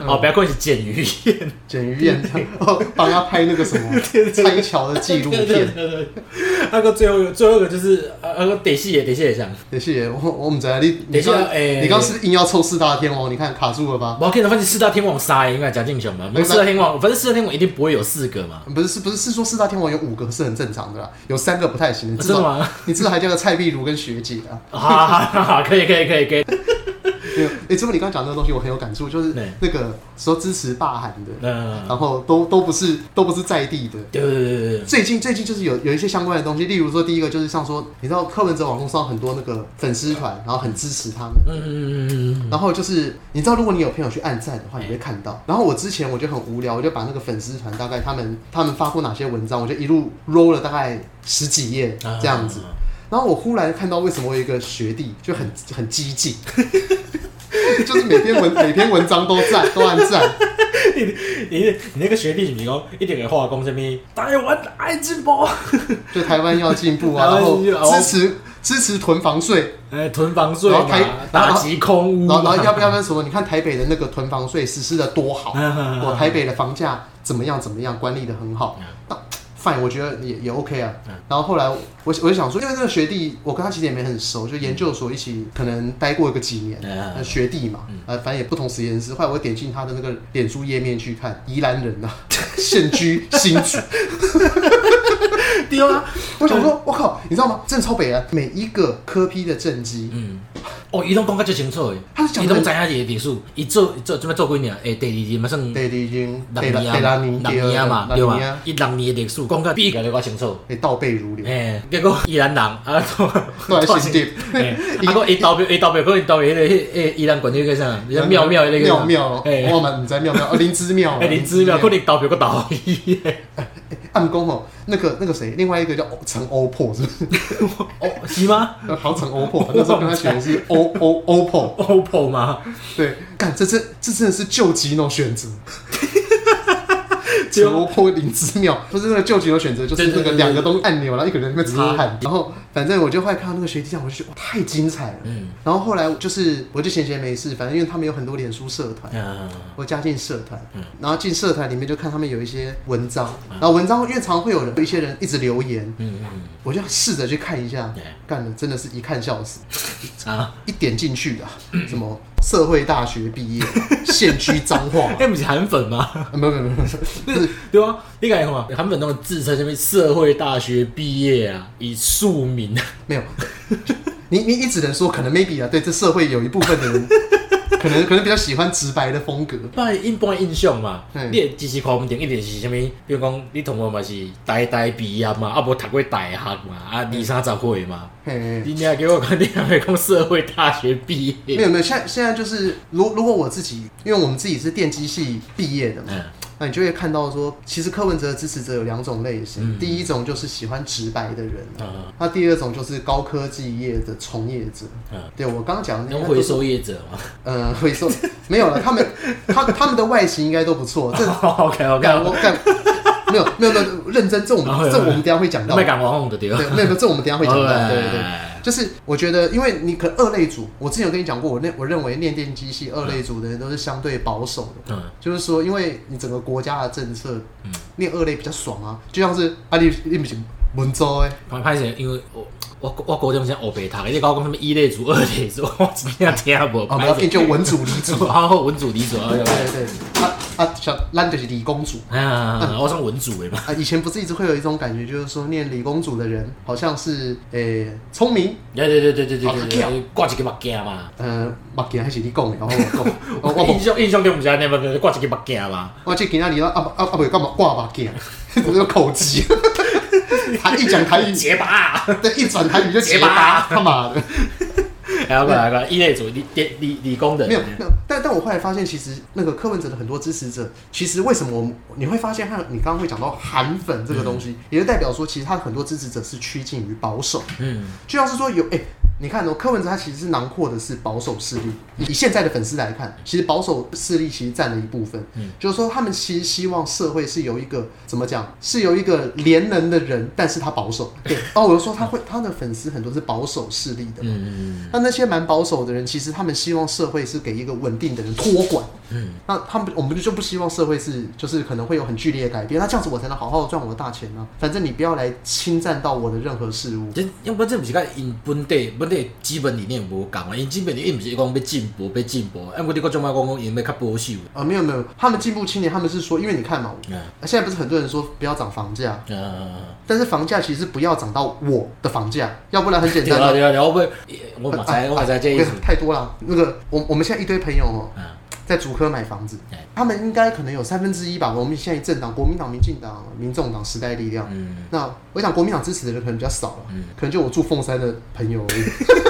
哦，不要过是简于燕， 简于燕，哦，帮他拍那个什么拆桥的纪录片。对对对，那个最后最后一个就是那个第四个第四个像， 第四个我我唔知啊，你你刚你刚是不是硬要凑四大天王？你看卡住了吧？ 我跟你反正四大天王三个应该加进雄嘛，不是四大天王，反正四大天王一定不会有四个嘛。 不是是不是是说四大天王有五个是很正常的啦，有三个不太行。 真的吗？ 你至少还叫个蔡碧如跟学姐啊。 好好好，可以可以可以可以。 哎，欸，这么你刚刚讲那个东西，我很有感触，就是那个说支持罢韩的， 嗯， 然后都都不是都不是在地的， 对对对对。 最近最近就是有有一些相关的东西，例如说第一个就是像说，你知道柯文哲网络上很多那个粉丝团，然后很支持他们，嗯嗯嗯嗯，然后就是你知道，如果你有朋友去按赞的话，你会看到。然后我之前我就很无聊，我就把那个粉丝团大概他们他们发过哪些文章，我就一路 roll 了大概十几页这样子。然后我忽然看到，为什么我有一个学弟就很很激进，就是每篇文每篇文章都赞都按赞。 你你你那个学弟，你讲一定会话讲什么？台湾爱进步， 就台湾要进步啊，然后支持支持囤房税， 哎、欸，囤房税， 然后台打击空屋， 然后然后要不要跟什么？你看台北的那个囤房税实施的多好，我台北的房价怎么样怎么样，管理的很好。fine， 我觉得也也 OK 啊。然后后来我我就想说，因为那个学弟，我跟他其实也没很熟，就研究所一起可能待过个几年，那学弟嘛，呃，反正也不同实验室。后来我点进他的那个脸书页面去看，宜兰人啊，现居新竹。对啊，我想说，我靠，你知道吗？正超北啊，每一个科批的政绩，嗯， 哦，伊拢讲甲最清楚诶，伊拢知影伊个历史，伊做做做咩做几年？诶，第二任嘛算， 第二任， 六年啊，六年嘛，对嘛？伊六年的历史讲甲比个我清楚， 诶，倒背如流。 诶，结果宜兰人啊， 都来新店， 诶，啊个伊投票，伊投票，可能投票迄个迄宜兰管那个啥，庙庙那个庙庙，诶，我嘛唔知庙庙，林芝庙， 诶，林芝庙，可能投票个投伊。 暗公吼，那个那个谁，另外一个叫陈欧破，是不是？ 哦，是吗？ 好陈欧破，那时候跟他选的是欧欧欧破， 欧破吗？ 对，干这这这真的是救急那种选择。陈欧破林之妙，不是那个救急的选择，就是那个两个都按钮，然后一个人在那边擦汗，然后反正我就后来看到那个学弟这样，我就觉得哇太精彩了。嗯，然后后来就是我就闲闲没事，反正因为他们有很多脸书社团，嗯，我加进社团，嗯，然后进社团里面就看他们有一些文章，然后文章因为常会有人有一些人一直留言，嗯嗯，我就试着去看一下，干了真的是一看笑死啊，一点进去啊，什么社会大学毕业，现居彰化， 那不是韩粉吗？ 没有没有没有，不是对啊，你感觉嘛，韩粉那种自称什么社会大学毕业啊，以庶民没有，你你你只能说可能 maybe 啊，对，这社会有一部分的人。可能可能比较喜欢直白的风格， 不然一般印象嘛，你的知识考唔定一定是什么？比如讲，你同学嘛是台大毕业嘛，啊无读过大学嘛，啊二三十岁嘛，你俩给我看，你还没讲社会大学毕业？ 没有没有，现在现在就是，如如果我自己，因为我们自己是电机系毕业的嘛。嗯，那你就会看到说，其实柯文哲的支持者有两种类型，嗯、第一种就是喜欢直白的人，嗯、那第二种就是高科技业的从业者。嗯、对我刚刚讲的那个回收业者嘛， 呃，回收没有了，他们他他们的外形应该都不错。这 OK OK， 我干没有没有没有认真，这我们、哦、这我们等一下会讲到。 没敢往的对吧？ 对，没有这我们等一下会讲到。对对对。就是我觉得，因为你可二类组，我之前有跟你讲过，我那我认为念电机系二类组的人都是相对保守的，嗯，就是说，因为你整个国家的政策，嗯，念二类比较爽啊，就像是啊，你你不是文州诶， 我拍摄，因为我我我高中先学白读，你搞讲什么一类组、二类组，我真正听无。 哦，不要变就文组、理组， 好文组、理组， 对对对，啊啊，像咱就是理工组， 啊，我算文组的嘛。 啊，以前不是一直会有一种感觉，就是说念理工组的人好像是诶聪明。 对对对对对对对，挂一个目镜嘛。 呃，目镜还是你讲的，然后我讲。我印象印象中不是安尼嘛，挂一个目镜嘛。 我这今仔日啊啊啊袂干嘛挂目镜，我这个口技。他一讲台语结巴， 对，一转台语就结巴，他妈的。 来过来过来，一类组理理理工的没有没有，但但我后来发现，其实那个柯文哲的很多支持者，其实为什么我你会发现，他你刚刚会讲到韩粉这个东西，嗯、也就代表说，其实他很多支持者是趋近于保守，嗯，就像是说有哎。欸你看哦，柯文哲他其实是囊括的是保守势力。以现在的粉丝来看，其实保守势力其实占了一部分。嗯，就是说他们其实希望社会是有一个怎么讲，是有一个廉能的人，但是他保守。对，然后我就说他会他的粉丝很多是保守势力的嘛。嗯嗯。那那些蛮保守的人，其实他们希望社会是给一个稳定的人托管。 嗯，那他们我们就不希望社会是就是可能会有很剧烈的改变，那这样子我才能好好赚我的大钱啊。反正你不要来侵占到我的任何事物。 这要不然这不是跟因本地本地基本理念无共啊？因基本理念不是讲要进步要进步，啊，我哋个种嘛讲讲因要较保守。 呃，没有没有，他们进步青年他们是说，因为你看嘛，嗯、现在不是很多人说不要涨房价，嗯，但是房价其实不要涨到我的房价，要不然很简单。 对啊对啊，我不我马才我马才这意思。 太多了，那个我我们现在一堆朋友哦。嗯，在竹科买房子，他们应该可能有三分之一吧。我们现在政党，国民党、民进党、民众党、时代力量。嗯，那我想国民党支持的人可能比较少了，嗯，可能就我住凤山的朋友而已。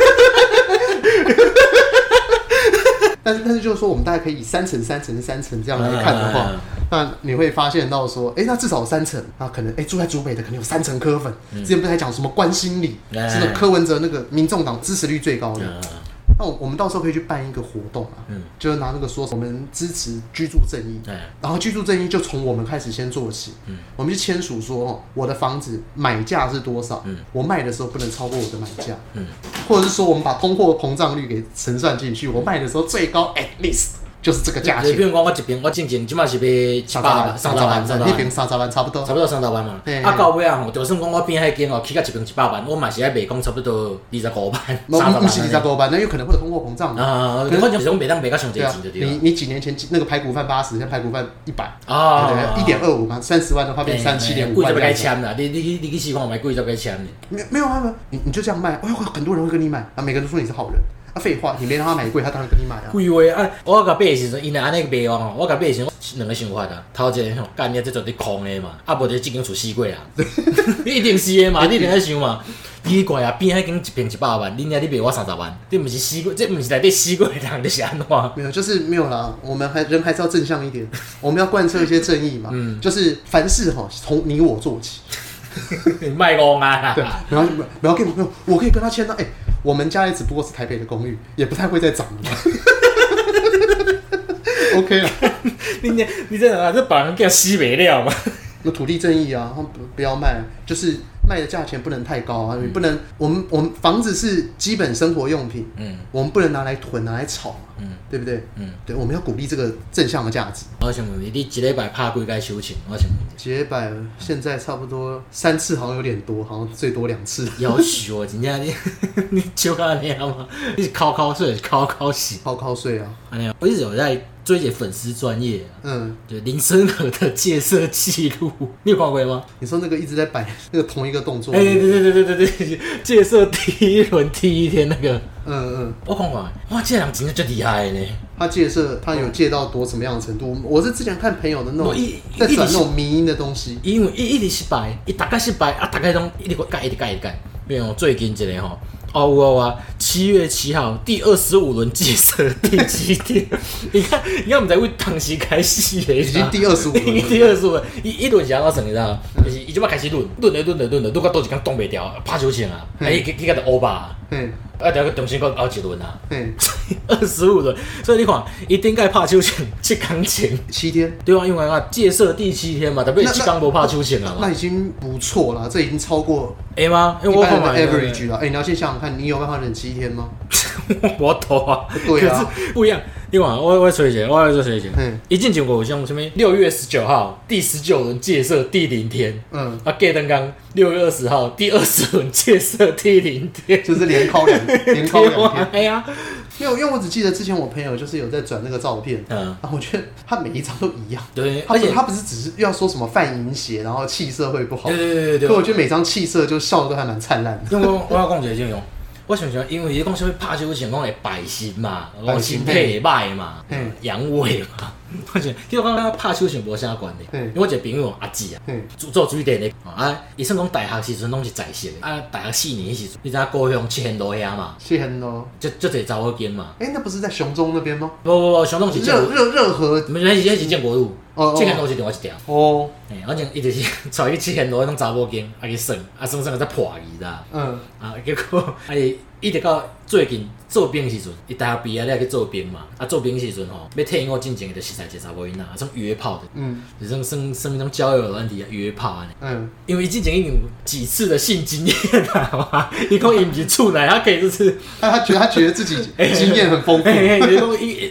但是但是就是说，我们大概可以以三层、三层、三层这样来看的话，那你会发现到说，哎、欸，那至少有三层，那可能哎、欸、住在竹北的可能有三层柯粉。嗯、之前不是还讲什么关心里，是那柯文哲那个民众党支持率最高的。那我们到时候可以去办一个活动啊，嗯，就是拿那个说我们支持居住正义，然后居住正义就从我们开始先做起，嗯，我们去签署说我的房子买价是多少，嗯，我卖的时候不能超过我的买价，嗯，或者是说我们把通货膨胀率给乘算进去，我卖的时候最高 at least。就是这个价钱。 比如讲，我一边我进前即马是要七百万、三十万、三十万， 那边三十万差不多， 差不多三十万嘛。啊，到尾啊吼，就算讲我边迄间哦起到一边一百万，我嘛是爱卖讲差不多二十五万、三十万。 不是二十五万，那有可能会有通货膨胀嘛。 啊，反正是讲袂当卖到上济钱就对了。 你你几年前那个排骨饭八十，现在排骨饭一百，啊，对，一点二五嘛，三十万的话变三七点五万。 贵就该签啦，你你你去西方买贵就该签。 没没有啊，没有，你你就这样卖，哎呦，很多人会跟你买，啊，每个人都说你是好人。啊，废话，你没让他买贵，他当然跟你买啊。 贵话啊，我甲买的时阵，因为安尼卖哦，我甲买的时阵，两个想法啊。头一个吼，干你这绝对空的嘛，啊无就即间厝死过啊，你一定是的嘛，你一定在想嘛。奇怪啊，边迄间一平一百万，恁遐你卖我三十万，这不是死过，这不是内底死过的人，这是安怎？ 没有，就是没有啦。我们还人还是要正向一点，我们要贯彻一些正义嘛。嗯，就是凡事哈，从你我做起。 你卖公啊！ 对，然后不要跟没有，我可以跟他签到。哎、欸，我们家也只不过是台北的公寓，也不太会再涨了。OK 了， 你你你这啊，这把人给吸没了嘛？ 有土地正义啊，不不要卖，就是卖的价钱不能太高啊，嗯、不能我们我们房子是基本生活用品，嗯，我们不能拿来囤拿来炒嘛，嗯，对不对？嗯，对，我们要鼓励这个正向的价值。 我想问你，你一礼拜拍几间收钱？我想问你，一礼拜现在差不多三次，好像有点多，好像最多两次。 要死哦，真正你你就安尼啊嘛？你是考考睡，考考死， 考考睡啊！ 安尼，我一直有在追一个粉丝专业、啊，嗯，就林森和的戒色记录，你有看过吗？ 你说那个一直在摆那个同一个动作， 哎、欸，对对对对对对，戒色第一轮第一天那个，嗯嗯，我看过，哇，这人真的最厉害呢。 他戒色，他有戒到多什么样的程度？我是之前看朋友的那种，在转那种迷因的东西， 因为一一直失败，一大概失败啊，大概拢一直改一直改一直改，比如最近一个吼。哦，有啊！七月七号第二十五轮戒色第几天？你看，你看，我们在为当时开始的， 已经第二十五轮， 第二十五轮，一一轮是安怎算？你知道？就是伊即摆开始轮，轮的轮的轮的，轮到倒一天冻袂掉，拍手枪啊！哎，去去个就乌吧，嗯，啊，等下重新搁熬一轮啊，嗯，二十五轮，所以你看，伊顶个拍手枪七天前， 七天， 对啊，因为啊戒色第七天嘛，特别七天无拍手枪啊嘛， 那已经不错了，这已经超过哎吗？ 因为我看 average 了，哎，你要先想想看，你有办法忍七天吗？ 我头啊， 对啊， 可是不一样。你看，我我吹一下，我来吹一下。嗯，一进前我像什么六月十九号第十九轮戒色第零天，嗯，啊，盖登刚六月二十号第二十轮戒色第零天， 就是连考两连考两天。 哎呀， 因为因为我只记得之前我朋友就是有在转那个照片，嗯，然后我觉得他每一张都一样， 对， 而且他不是只是要说什么泛银血，然后气色会不好， 对对对对。 可我觉得每张气色就笑得都还蛮灿烂的。 因为我我要讲一个这种。我想想，因为你讲什么拍手前讲会白心嘛，讲心体会歹嘛，阳痿嘛，我想，其实我感觉拍手前无啥关系。因为我一个朋友阿姊啊，做水电的，啊，伊算讲大学时阵拢是在职的，啊，大学四年时阵，你知影高雄七贤路遐嘛？ 七贤路， 就就一查某间嘛。 哎、欸，那不是在雄中那边吗？ 不不不，雄中是热热热河， 唔是，那是那是建国路。哦，七贤路是另外一条。哦，哎，反正伊就是带去七贤路迄种查某间，啊去算，啊算算个才破去啦。嗯，啊结果啊伊一直到最近做兵时阵，伊大学毕业了去做兵嘛，啊做兵时阵吼，要退伍进前就实在一个查某囡仔，啊种约炮的，嗯，就算算算迄种交友软体啊约炮安尼。嗯，因为伊进前已经有几次的性经验啦嘛，伊讲伊毋是处男，他可以就是， 他他觉得他觉得自己经验很丰富， 伊讲伊。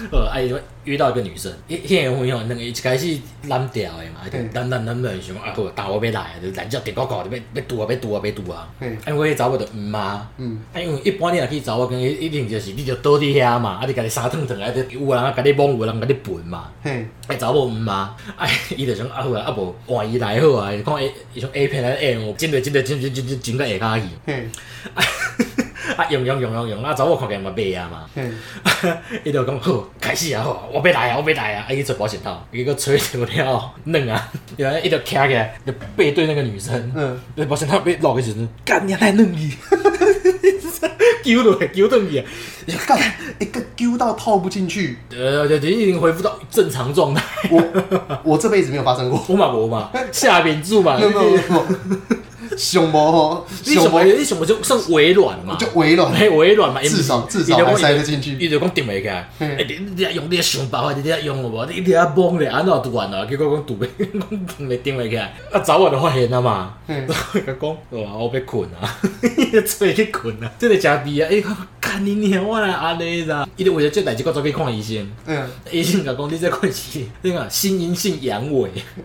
呃，哎，约到一个女生，迄迄个朋友，两个一开始蓝调的嘛，蓝蓝蓝蓝想啊，好，但我要来啊，就蓝调电高高，要要拄啊，要拄啊，要拄啊。啊，我迄查某就毋嘛，嗯，啊，因为一般你若去查某，跟一定就是你就倒伫遐嘛，啊，你家己三腾腾，啊，有人啊，甲你摸，有人甲你喷嘛。嘿，哎，查某毋嘛，啊，伊就想啊好啊，啊无换伊来好啊，看 A， 伊像 A 片来 A， 我真对真对真真真真真到下骹去。嘿。啊，用用用用用，啊，查某看起来嘛袂啊嘛，伊就讲好，开始啊，好，我要来啊，我要来啊，啊，伊做保险套，伊个吹着了，嫩啊，然后伊就徛起来，就背对那个女生，嗯，那保险套被落个时阵，干你来嫩伊，揪落去，揪断去， 干，一个揪到套不进去， 呃，就已经恢复到正常状态。 我我这辈子没有发生过， 我嘛无嘛，下面住嘛， 没有没有没有。上无吼， 你上无你上无就算微软嘛， 就微软， 嘿微软嘛， 至少至少还塞得进去。 伊就讲顶袂起来，哎，你你用你想办法，你你用无？你你啊懵咧，安怎拄完啊？结果讲拄袂，讲顶袂顶袂起来。啊，早晚就发现啊嘛，甲讲，哇，我要困啊，伊做去困啊，真个真逼啊！伊讲，干你娘，我来安尼啦！伊就为了这代志，我走去看医生。嗯，医生甲讲，你这款是那个心因性阳痿。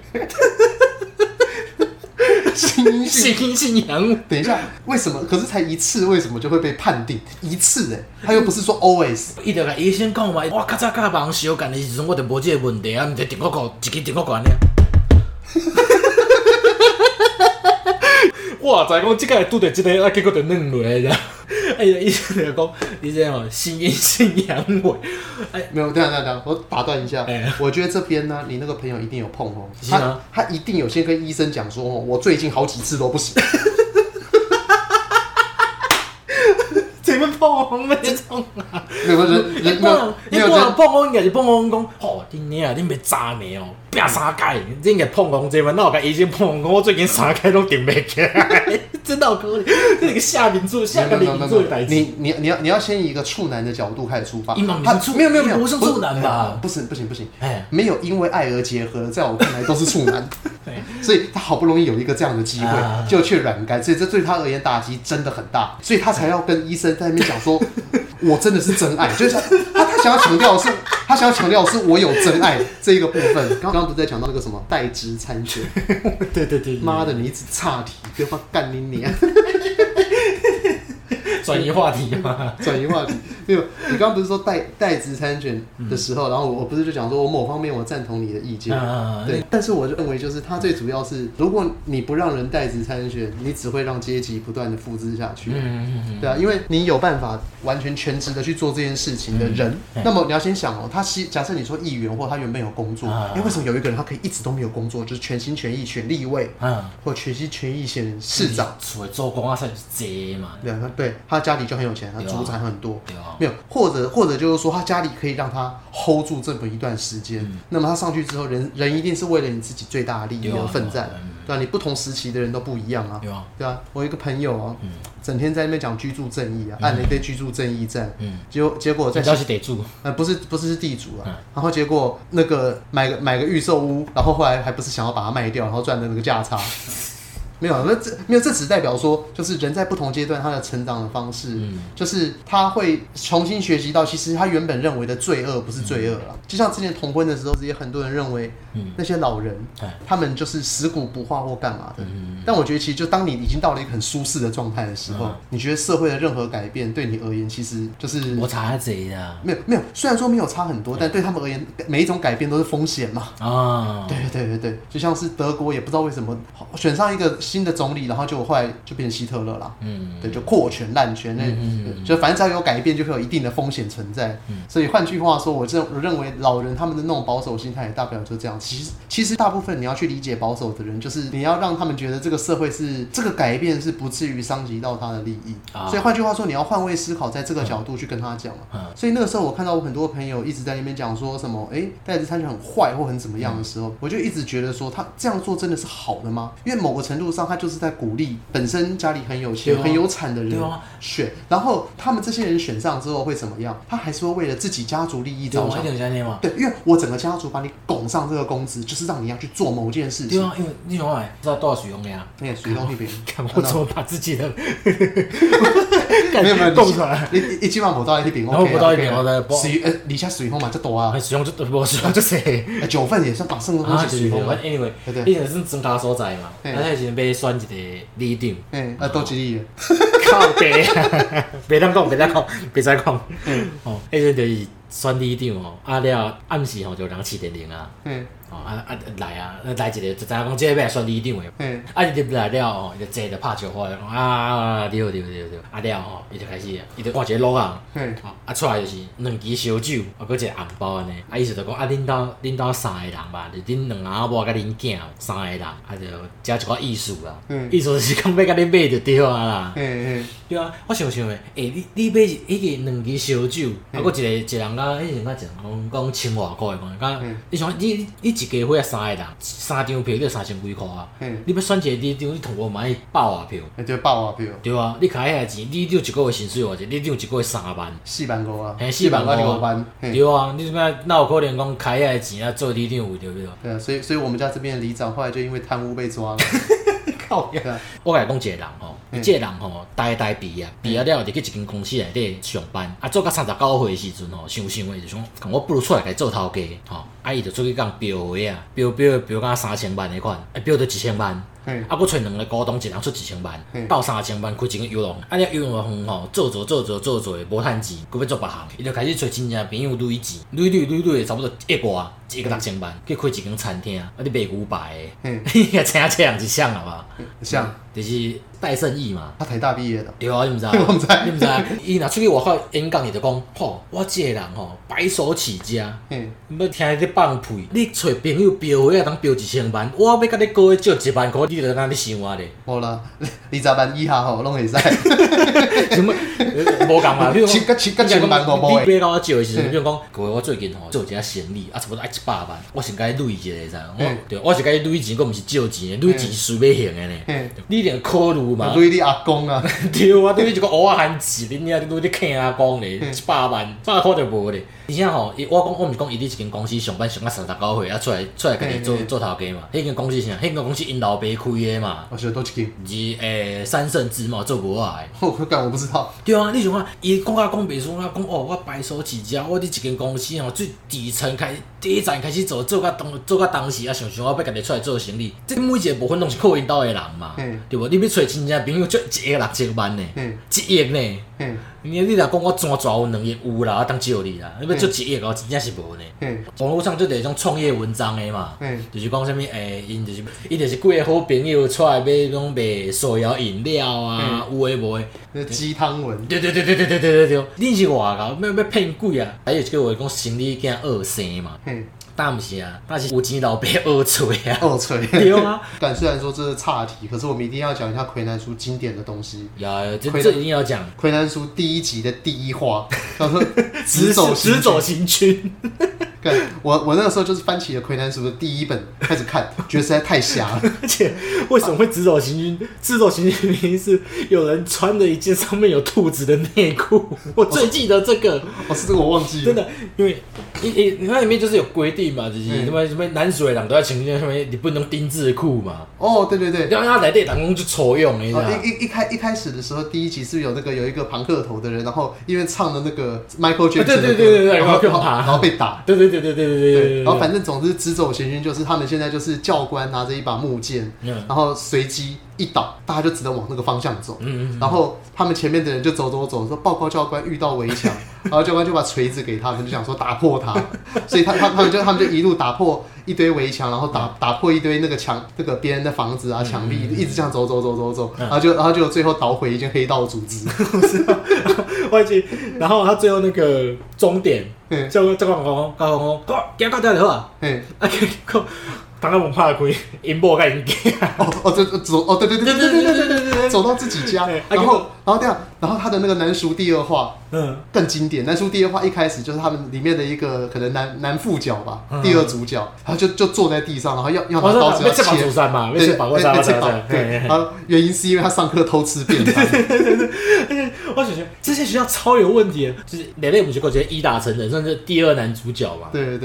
心因性性阳痿， 等一下，为什么？可是才一次，为什么就会被判定一次？哎，他又不是说 always。 伊就甲医生讲嘛，我较早甲别人相干的时阵，我就无这个问题啊，毋是电广告，一支电广告安尼。哇！知讲即个拄着即个，啊，结果就软落来了。哎呀，医生就讲，医生哦，心因性阳痿。 哎，没有，等下等下，我打断一下。哎，我觉得这边呢，你那个朋友一定有碰哦，他他一定有先跟医生讲说哦，我最近好几次都不行。 怎么碰我们这种啊？ 没有人，人没有， 你碰人碰我应该是碰我讲，哦，你娘啊，你别渣呢哦，拼三届，你应该碰我这嘛，那我甲医生碰我，我最近三届都顶袂起来，真的好可怜，这个下面做下个领做的代志。 你你你要你要先以一个处男的角度开始出发。 他没有没有没有， 不是处男吧？ 不是不行不行，哎，没有因为爱而结合，在我看来都是处男。所以他好不容易有一个这样的机会，就去软干，所以这对他而言打击真的很大，所以他才要跟医生在那边讲说，我真的是真爱，就是他他想要强调的是，他想要强调的是我有真爱这一个部分。刚刚不是在讲到那个什么代职参选？ 对对对， 妈的，你一直岔题，不要干你娘！ 转移话题嘛， 转移话题。没有，你刚刚不是说代代职参选的时候，嗯、然后我不是就讲说我某方面我赞同你的意见，啊、对，但是我认为就是他最主要是，如果你不让人代职参选，你只会让阶级不断的复制下去，嗯嗯嗯对啊，因为你有办法完全全职的去做这件事情的人，嗯、那么你要先想哦，他假设你说议员或他原本有工作，哎、啊，为什么有一个人他可以一直都没有工作，就是全心全意选立委，啊、或全心全意选市长， 除了做工啊，才是这嘛， 对啊，对，他家里就很有钱，他祖产很多，没有，或者或者就是说他家里可以让他 hold 住这么一段时间，嗯、那么他上去之后，人人一定是为了你自己最大的利益而奋战，对啊，你不同时期的人都不一样啊，对啊，我有一个朋友啊，嗯、整天在那边讲居住正义啊，按了一堆居住正义站，嗯、结果结果在是得住， 呃，不是不是是地主啊，嗯、然后结果那个买个买个预售屋，然后后来还不是想要把它卖掉，然后赚的那个价差。没有，那这没有，这只代表说，就是人在不同阶段他的成长的方式，嗯、就是他会重新学习到，其实他原本认为的罪恶不是罪恶了。嗯、就像之前同婚的时候，也很多人认为，嗯、那些老人，嗯、他们就是食古不化或干嘛的。嗯、但我觉得，其实就当你已经到了一个很舒适的状态的时候，嗯、你觉得社会的任何改变对你而言，其实就是我差贼的。 没有没有，虽然说没有差很多，但对他们而言，每一种改变都是风险嘛。啊，对对对对，就像是德国，也不知道为什么选上一个新的总理，然后就后来就变成希特勒了，嗯，对，就扩权滥权，那、嗯、就反正只要有改变，就会有一定的风险存在。嗯、所以换句话说，我认我认为老人他们的那种保守心态，也大不了就这样。其实其实大部分你要去理解保守的人，就是你要让他们觉得这个社会是这个改变是不至于伤及到他的利益。啊、所以换句话说，你要换位思考，在这个角度去跟他讲嘛。嗯、所以那个时候我看到我很多朋友一直在那边讲说什么，哎、欸，代职参选很坏或很怎么样的时候，嗯、我就一直觉得说他这样做真的是好的吗？因为某个程度上，他就是在鼓励本身家里很有钱、啊、很有产的人选，然后他们这些人选上之后会怎么样？他还是会为了自己家族利益着想。对，因为我整个家族把你拱上这个公公子，就是让你要去做某件事情。 对啊，因为你想哎，知道多少水用的呀？ 那水用那边， 看我怎么把自己的没有没有供出来， 你你基本上无到那边 ，OK 啊，无到那边我的水呃，而且水风嘛，这多啊， 水风就无水风就细， 九份也算把剩东西水风嘛。 Anyway，以前是增加所在嘛，啊，迄时要选一个里长， 诶，啊，多一里， 靠北，别当讲，别当讲，别再讲，哦，迄阵就是选里长哦，啊了暗时吼就人试电铃啊。哦啊啊来啊！来一个就知影讲，即个要选里长的。啊，伊入来了吼，伊就坐着拍招呼，讲啊对对对对，啊了吼，伊就开始，伊就换一个录啊。哦，啊出来就是两支烧酒，啊，搁一个红包安尼。啊，意思就讲啊，恁兜恁兜三个人吧，就恁两阿某甲恁囝三个人，啊就加一寡意思啦。意思就是讲要甲恁买就对啊啦。对啊，我想想诶，诶，你你买迄个两支烧酒，啊，搁一个一个人甲迄阵甲讲讲千外箍诶，讲，你想你你。一家伙啊，三个人，三张票你三千几箍啊！你要选一个里长，你通过买百外票。 对，百外票。 对啊，你开遐钱，里长一个月薪水偌济？里长一个月三万。 四万五啊！ 嘿，四万五五万。 对啊，你怎么哪有可能讲开遐钱啊做里长有对不对？ 对啊，所以所以我们家这边的里长后来就因为贪污被抓了。 靠呀！我甲你讲一个人吼，伊这个人吼，呆呆毕业，毕业了就去一间公司内底上班，啊做到三十九岁的时阵吼，想想诶就想，我不如出来家做头家，吼，啊伊就出去讲标花啊，标标标到三千万迄款，啊标到一千万。啊，佫找两个股东，一人出一千万，到三千万开一间游龙，啊，了游龙园吼，做做做做做做，无趁钱，佫要做别项，伊就开始找亲戚朋友累钱，累累累累，差不多一外一个六千万，去开一间餐厅，啊，你卖牛排的，你个请这样是像了吧？ 像， 就是戴胜义嘛。 他台大毕业的。 对啊，你毋知？ 我毋知。 你毋知？伊若出去外口演讲，伊就讲，吼，我这个人吼，白手起家，要听伊咧放屁，你找朋友标花啊，当标一千万，我要甲你个月借一万块，你就哪咧想我咧？ 无啦，二十万以下吼，拢会使。 什么？无共嘛？比如讲，七七千万我无。 你买到我借的时阵，比如讲，各位我最近吼做一下生意，啊，差不多爱一百万，我先甲你累一下，知影？对，我是甲你累钱，我毋是借钱，累钱是要还的呢。你一定考虑嘛。 累你阿公啊。 对啊，对你一个乌仔汉子，恁遐累你坑阿公咧，一百万，百块就无咧。而且吼，我讲我毋是讲伊伫一间公司上班上到三十九岁，啊出来出来家己做做头家嘛。迄间公司是啥？迄间公司因老爸开的嘛。 我晓得倒一间。 是诶，三盛自贸做过来。 我干我不知道。 对啊，你想看，伊讲啊讲袂输啊，讲哦，我白手起家，我伫一间公司吼，最底层开第一站开始做，做到当做到当时啊，想想我要家己出来做生意，这每一个部分拢是靠因兜的人嘛，对无？你要找亲戚朋友，就一个六千万呢，一亿呢。你你若讲我怎怎有两亿有啦，我当借你啦，你要做一亿哦，真正是无呢。网络上就第一种创业文章的嘛，就是讲啥物诶，因就是伊就是几个好朋友出来要讲卖手摇饮料啊，有诶无诶。 鸡汤文。 对对对对对对对对，你是外口要要骗鬼啊？还有一个话讲生理囝二生嘛。但毋是啊，那是有钱老爸二锤啊， 二锤对啊。 但虽然说这是岔题，可是我们一定要讲一下魁南书经典的东西。 呀，这这一定要讲。 魁南书第一集的第一话叫做“直走直走行军”。 我我那个时候就是翻起了魁南书的第一本开始看，觉得实在太瞎了。 而且为什么会直走行军？直走行军原因是有人穿了一件上面有兔子的内裤，我最记得这个。 哦，是这个我忘记了。 真的，因为一一它里面就是有规定嘛，就是什么什么男水人都在行军上面，你不能丁字裤嘛。 哦，对对对。 然后他来这当中就抽用，你知道吗？ 一一开一开始的时候，第一集是有那个有一个庞克头的人，然后因为唱的那个 Michael Jackson 的歌， 对对对对对， 然后然后被打。 对对对对对对对。 然后反正总之直走行军就是他们现在就是教官拿着一把木剑，然后随机一倒，大家就只能往那个方向走。然后他们前面的人就走走走，说报告教官遇到围墙，然后教官就把锤子给他们，就想说打破它。所以他他他们就他们就一路打破一堆围墙，然后打打破一堆那个墙那个别人的房子啊墙壁，一直这样走走走走走，然后就然后就最后捣毁一间黑道组织。 我记，然后他最后那个终点。教官教官讲讲教官讲，行到这就好啊。嗯，啊，结果当个门拍开，因某甲因囝。 哦哦，这走哦，对对对对对对对对对，走到自己家，然后然后这样，然后他的那个男叔第二话，嗯，更经典。男叔第二话一开始就是他们里面的一个可能男男副角吧，第二主角，然后就就坐在地上，然后要要拿刀子要切。被吃嘛，被吃饱过山，对。然后原因是因为他上课偷吃便当。对对对对对，我觉得这些学校超有问题，就是连累不是过觉得一打成人，算是第二男主角嘛。 对对对。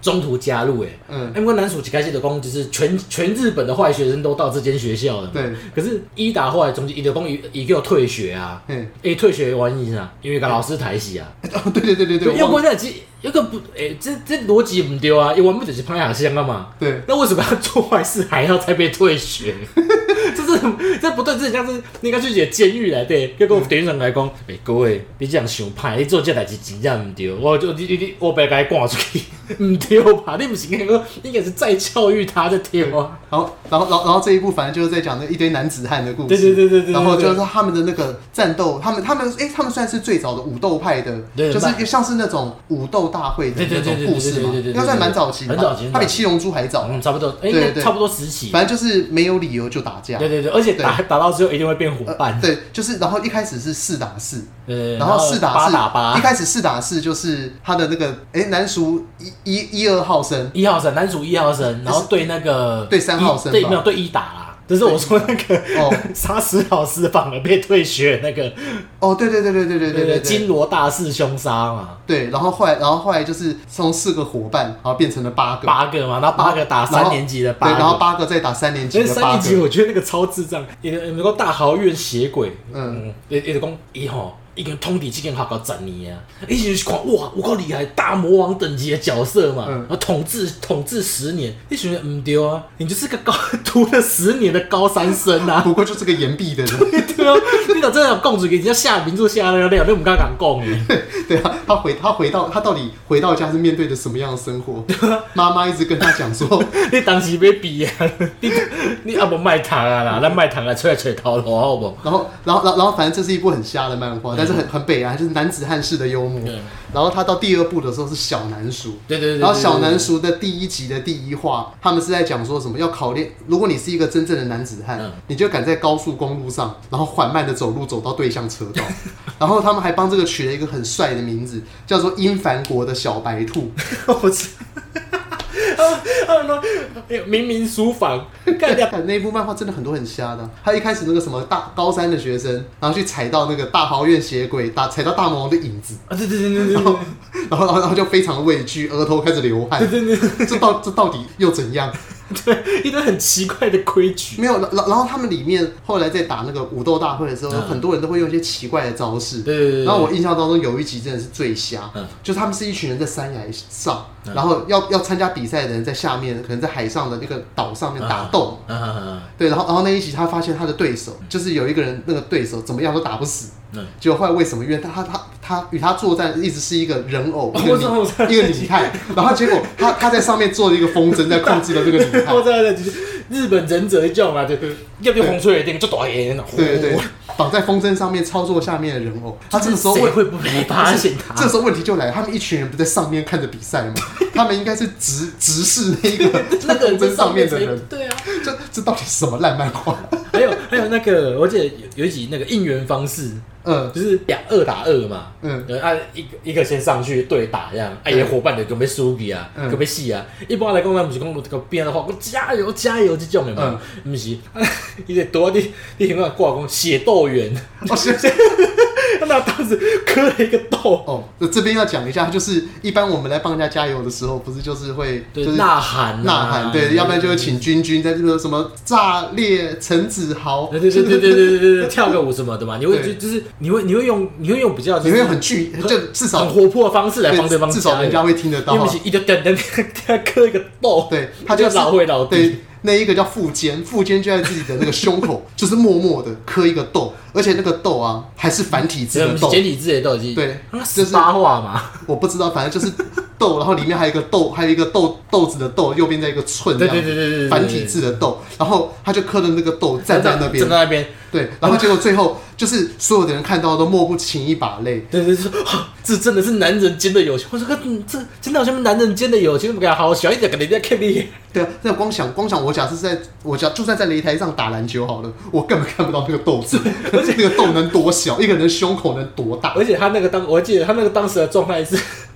中途加入诶，嗯，因为男主一开始就讲就是全全日本的坏学生都到这间学校了， 对。 可是伊达后来中间伊就讲伊伊叫退学啊，嗯，诶，退学的原因啊，因为甲老师抬死啊， 哦，对对对对对， 要不然其实有个不，诶，这这逻辑唔对啊，因为我们就是拍学生啊嘛， 对， 那为什么要做坏事还要再被退学？这是这不对，这像是你应该去写监狱来对，结果电视上来讲，诶，各位，你这样想歹，你做这代志真正唔对，我就你你我别该赶出去，唔对吧？你不是那个，应该是再教育他的对吗？ 然后然后然后然后这一部反正就是在讲那一堆男子汉的故事， 对对对对对， 然后就是他们的那个战斗，他们他们哎，他们算是最早的武斗派的，就是像是那种武斗大会的那种故事嘛，应该算蛮早期的， 很早期， 它比七龙珠还早， 嗯，差不多，哎，对对，差不多时期， 反正就是没有理由就打架。 对对对，而且打打到之后一定会变伙伴、呃。 对，就是然后一开始是四打四， 对， 然后四打四， 八打八。 一开始四打四就是他的那个哎男属一一一二号生， 一号生男属一号生，然后对那个对三号生， 对没有对一打啦。就是我说那个哦，杀死老师反而被退学那个哦，对对对对对对对对， 金罗大肆凶杀嘛。 对，然后后来然后后来就是从四个伙伴，然后变成了八个， 八个嘛，然后八个打三年级的八个， 对，然后八个再打三年级的八个。 三年级我觉得那个超智障，有有个大豪院血鬼，嗯，也也讲伊吼。已经通敌这间学校十年啊！一直是看哇，我够厉害，大魔王等级的角色嘛，嗯、然后统治统治十年，你觉得唔对啊？你就是个高读了十年的高三生啊！ 不过就是个延毕的人， 对啊，你老真的有供主给人家下名著下那个料，你唔敢敢讲你。 对啊，他回他回到他到底回到家是面对着什么样的生活？妈妈一直跟他讲说， 你当时要毕啊，你你阿无卖糖啊啦，咱卖糖来吹来吹头路好不？ 然后然后然后反正这是一部很瞎的漫画。但是很很北啊，就是男子汉式的幽默。然后他到第二部的时候是小南叔， 对对对。 然后小南叔的第一集的第一话，他们是在讲说什么要考验，如果你是一个真正的男子汉，嗯、你就敢在高速公路上，然后缓慢的走路走到对向车道。然后他们还帮这个取了一个很帅的名字，叫做英凡国的小白兔。 我操！他们说明明书房，干掉那一部漫画真的很多很瞎的。他一开始那个什么大高三的学生，然后去踩到那个大豪院血鬼，打踩到大魔王的影子啊，对对对对对， 然后然后然后就非常畏惧，额头开始流汗， 对对对， 这到这到底又怎样？ 对，一堆很奇怪的规矩。 没有，然然后他们里面后来在打那个武斗大会的时候，嗯、很多人都会用一些奇怪的招式。 对对对。 然后我印象当中有一集真的是最瞎，嗯、就是他们是一群人在山崖上，嗯、然后要要参加比赛的人在下面，可能在海上的那个岛上面打斗。嗯嗯嗯、对，然后然后那一集他发现他的对手就是有一个人，那个对手怎么样都打不死。嗯、结果后来为什么？因为他他他他与他作战一直是一个人偶，一个一个拟态，然后结果他他在上面做了一个风筝，在控制了这个拟态。 我知道了，日本忍者一叫嘛，对对，要不要风吹一定就大烟了。 对对，绑在风筝上面操作下面的人偶，他这个时候谁会不没发现他？ 这时候问题就来了，他们一群人不在上面看着比赛吗？他们应该是直直视那个那个风筝上面的人。 对啊， 这这到底是什么烂漫画？ 还有还有那个，我记得有一集那个应援方式。嗯，就是两二打二嘛，嗯，啊一个一个先上去对打这样，啊伊伙伴就准备输去啊，准备死啊。一般来讲，咱不是讲这个边的话，我加油加油这种的嘛，不是，伊在多你你听讲挂讲血斗员，哦是。那当时磕了一个豆哦，这边要讲一下，就是一般我们来帮人家加油的时候，不是就是会就是呐喊呐喊，对，要不然就会请君君在这个什么炸裂陈子豪， 对对对对对对对对，跳个舞什么的嘛，你会就就是你会你会用你会用比较你会用很具就至少很活泼的方式来帮对方， 至少人家会听得到， 因为一就等等他磕一个豆， 对，他就老会老弟。 那一个叫富坚，富坚就在自己的那个胸口，就是默默的刻一个豆，而且那个豆啊，还是繁体字的豆， 简体字的豆机， 对， 就是八画嘛， 我不知道，反正就是豆，然后里面还有一个豆，还有一个豆豆子的豆，右边再一个寸， 对对对对对， 繁体字的豆，然后他就刻的那个豆站在那边， 站在那边， 对，然后结果最后就是所有的人看到都默不情一把泪， 对对对，这真的是男人间的友情，我说嗯，这真的好像男人间的友情，怎么给他好小一点，给人家看你。 对啊，那光想光想，我假设在我假就算在擂台上打篮球好了，我根本看不到那个豆子，而且那个豆能多小，一个人胸口能多大？ 而且他那个当，我还记得他那个当时的状态是，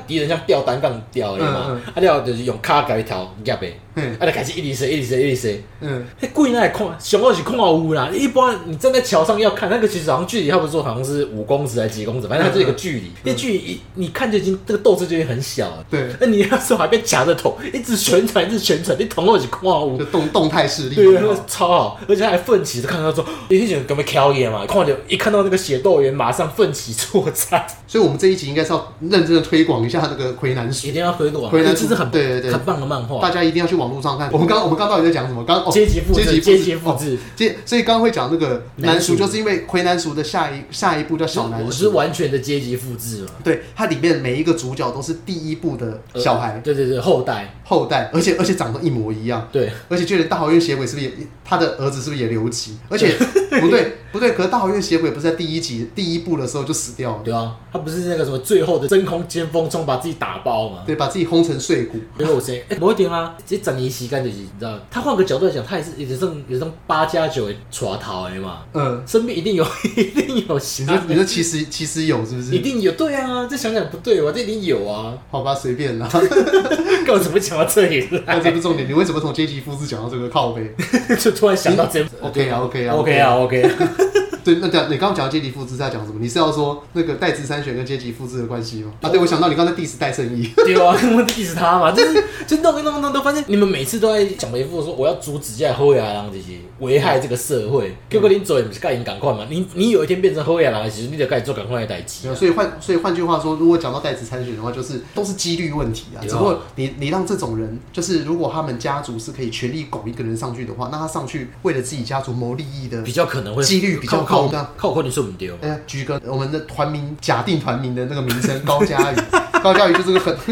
敌人像吊单杠吊的嘛，啊了就是用骹甲伊头夹的，啊就开始一直射一直射一直射，嗯，迄鬼那看，上好是看有啦，一般你站在桥上要看那个，其实好像距离，他不是说好像是五公尺还是几公尺，反正它这个距离，那距离你看就已经这个斗志就已经很小了， 对， 那你那时候还被夹着头，一直旋转一直旋转，你头都是看有， 就动动态视力， 对，那个超好，而且还奋起的看到说，有些人根本挑眼嘛，看到一看到那个血斗员马上奋起作战， 所以我们这一集应该是要认真的推广一下那个魁南鼠， 一定要推广， 魁南鼠这是很对对对很棒的漫画， 大家一定要去网络上看。我们刚我们刚到底在讲什么？刚阶级复制，阶级复制， 所以刚刚会讲那个南鼠，就是因为魁南鼠的下一下一部叫小南鼠， 是完全的阶级复制嘛？ 对，它里面每一个主角都是第一部的小孩， 对对对，后代后代，而且而且长得一模一样， 对， 而且就连大豪院血鬼是不是也他的儿子是不是也留级？而且不对不对，可是大豪院血鬼不是在第一集第一部的时候就死掉了？ 对啊，他不是那个什么最后的真空尖峰冲把自己打爆嘛？ 对，把自己轰成碎骨。 因为我谁？哎，不一定啊，这十年时间就是你知道，他换个角度来讲，他也是也是种有种八加九的耍头的嘛。嗯，身边一定有一定有。 你说你说其实其实有是不是？ 一定有，对啊，这想想不对吧？这一定有啊。 好吧，随便啦。 干嘛怎么讲到这里？ 但这不是重点，你为什么从阶级复制讲到这个靠背？ 就突然想到这 ，OK 啊 OK 啊 OK 啊 OK。 对，那讲你刚刚讲到阶级复制是在讲什么？你是要说那个代职参选跟阶级复制的关系吗？啊，对，我想到你刚才 diss 戴胜义， 对啊，我 diss 他嘛，就是就弄一弄弄都发现你们每次都在讲一副说我要阻止这好野人这些危害这个社会，结果你做也不是跟因赶快嘛，你你有一天变成好野人的时候，你就开始做赶快的代志。 所以换所以换句话说，如果讲到代职参选的话，就是都是几率问题啊。只不过你你让这种人，就是如果他们家族是可以全力拱一个人上去的话，那他上去为了自己家族谋利益的， 比较可能会几率比较高。 靠靠你说不对。 哎呀，举个我们的团名假定团名的那个名称高嘉瑜，高嘉瑜就是个很。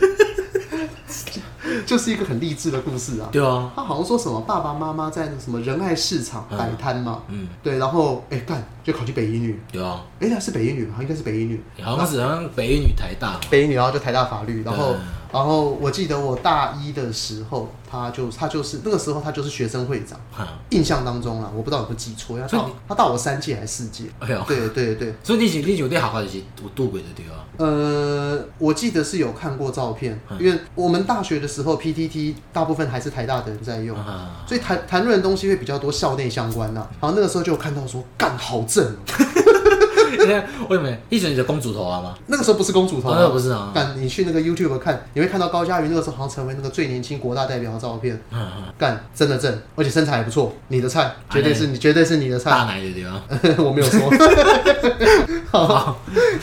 就是一个很励志的故事啊。 对啊， 他好像说什么爸爸妈妈在那什么仁爱市场摆摊嘛，嗯，对，然后哎干、欸、就考去北一女。 对啊， 哎、欸，是北一女吧？应该是北一女， 好像是好像北一女台大， 北一女，然后就台大法律，然后然后我记得我大一的时候，他就他就是那个时候他就是学生会长，印象当中啊，我不知道有没有记错，他到他到我三届还是四届？哎呦，对对对， 所以你是你有在学校就是有度过的对啊？ 呃，我记得是有看过照片，因为我们大学的时候 P T T 大部分还是台大的人在用，所以谈谈论的东西会比较多校内相关啦。然后那个时候就有看到说，干好正、喔。 为什么？一直你的公主头啊吗？ 那个时候不是公主头、啊， 那个不是啊。 干，你去那个 YouTube 看，你会看到高嘉瑜那个时候好像成为那个最年轻国大代表的照片。嗯嗯。干，真的正，而且身材还不错。你的菜，绝对是你，绝对是你的菜。 大奶的对吧？ 我没有说。好。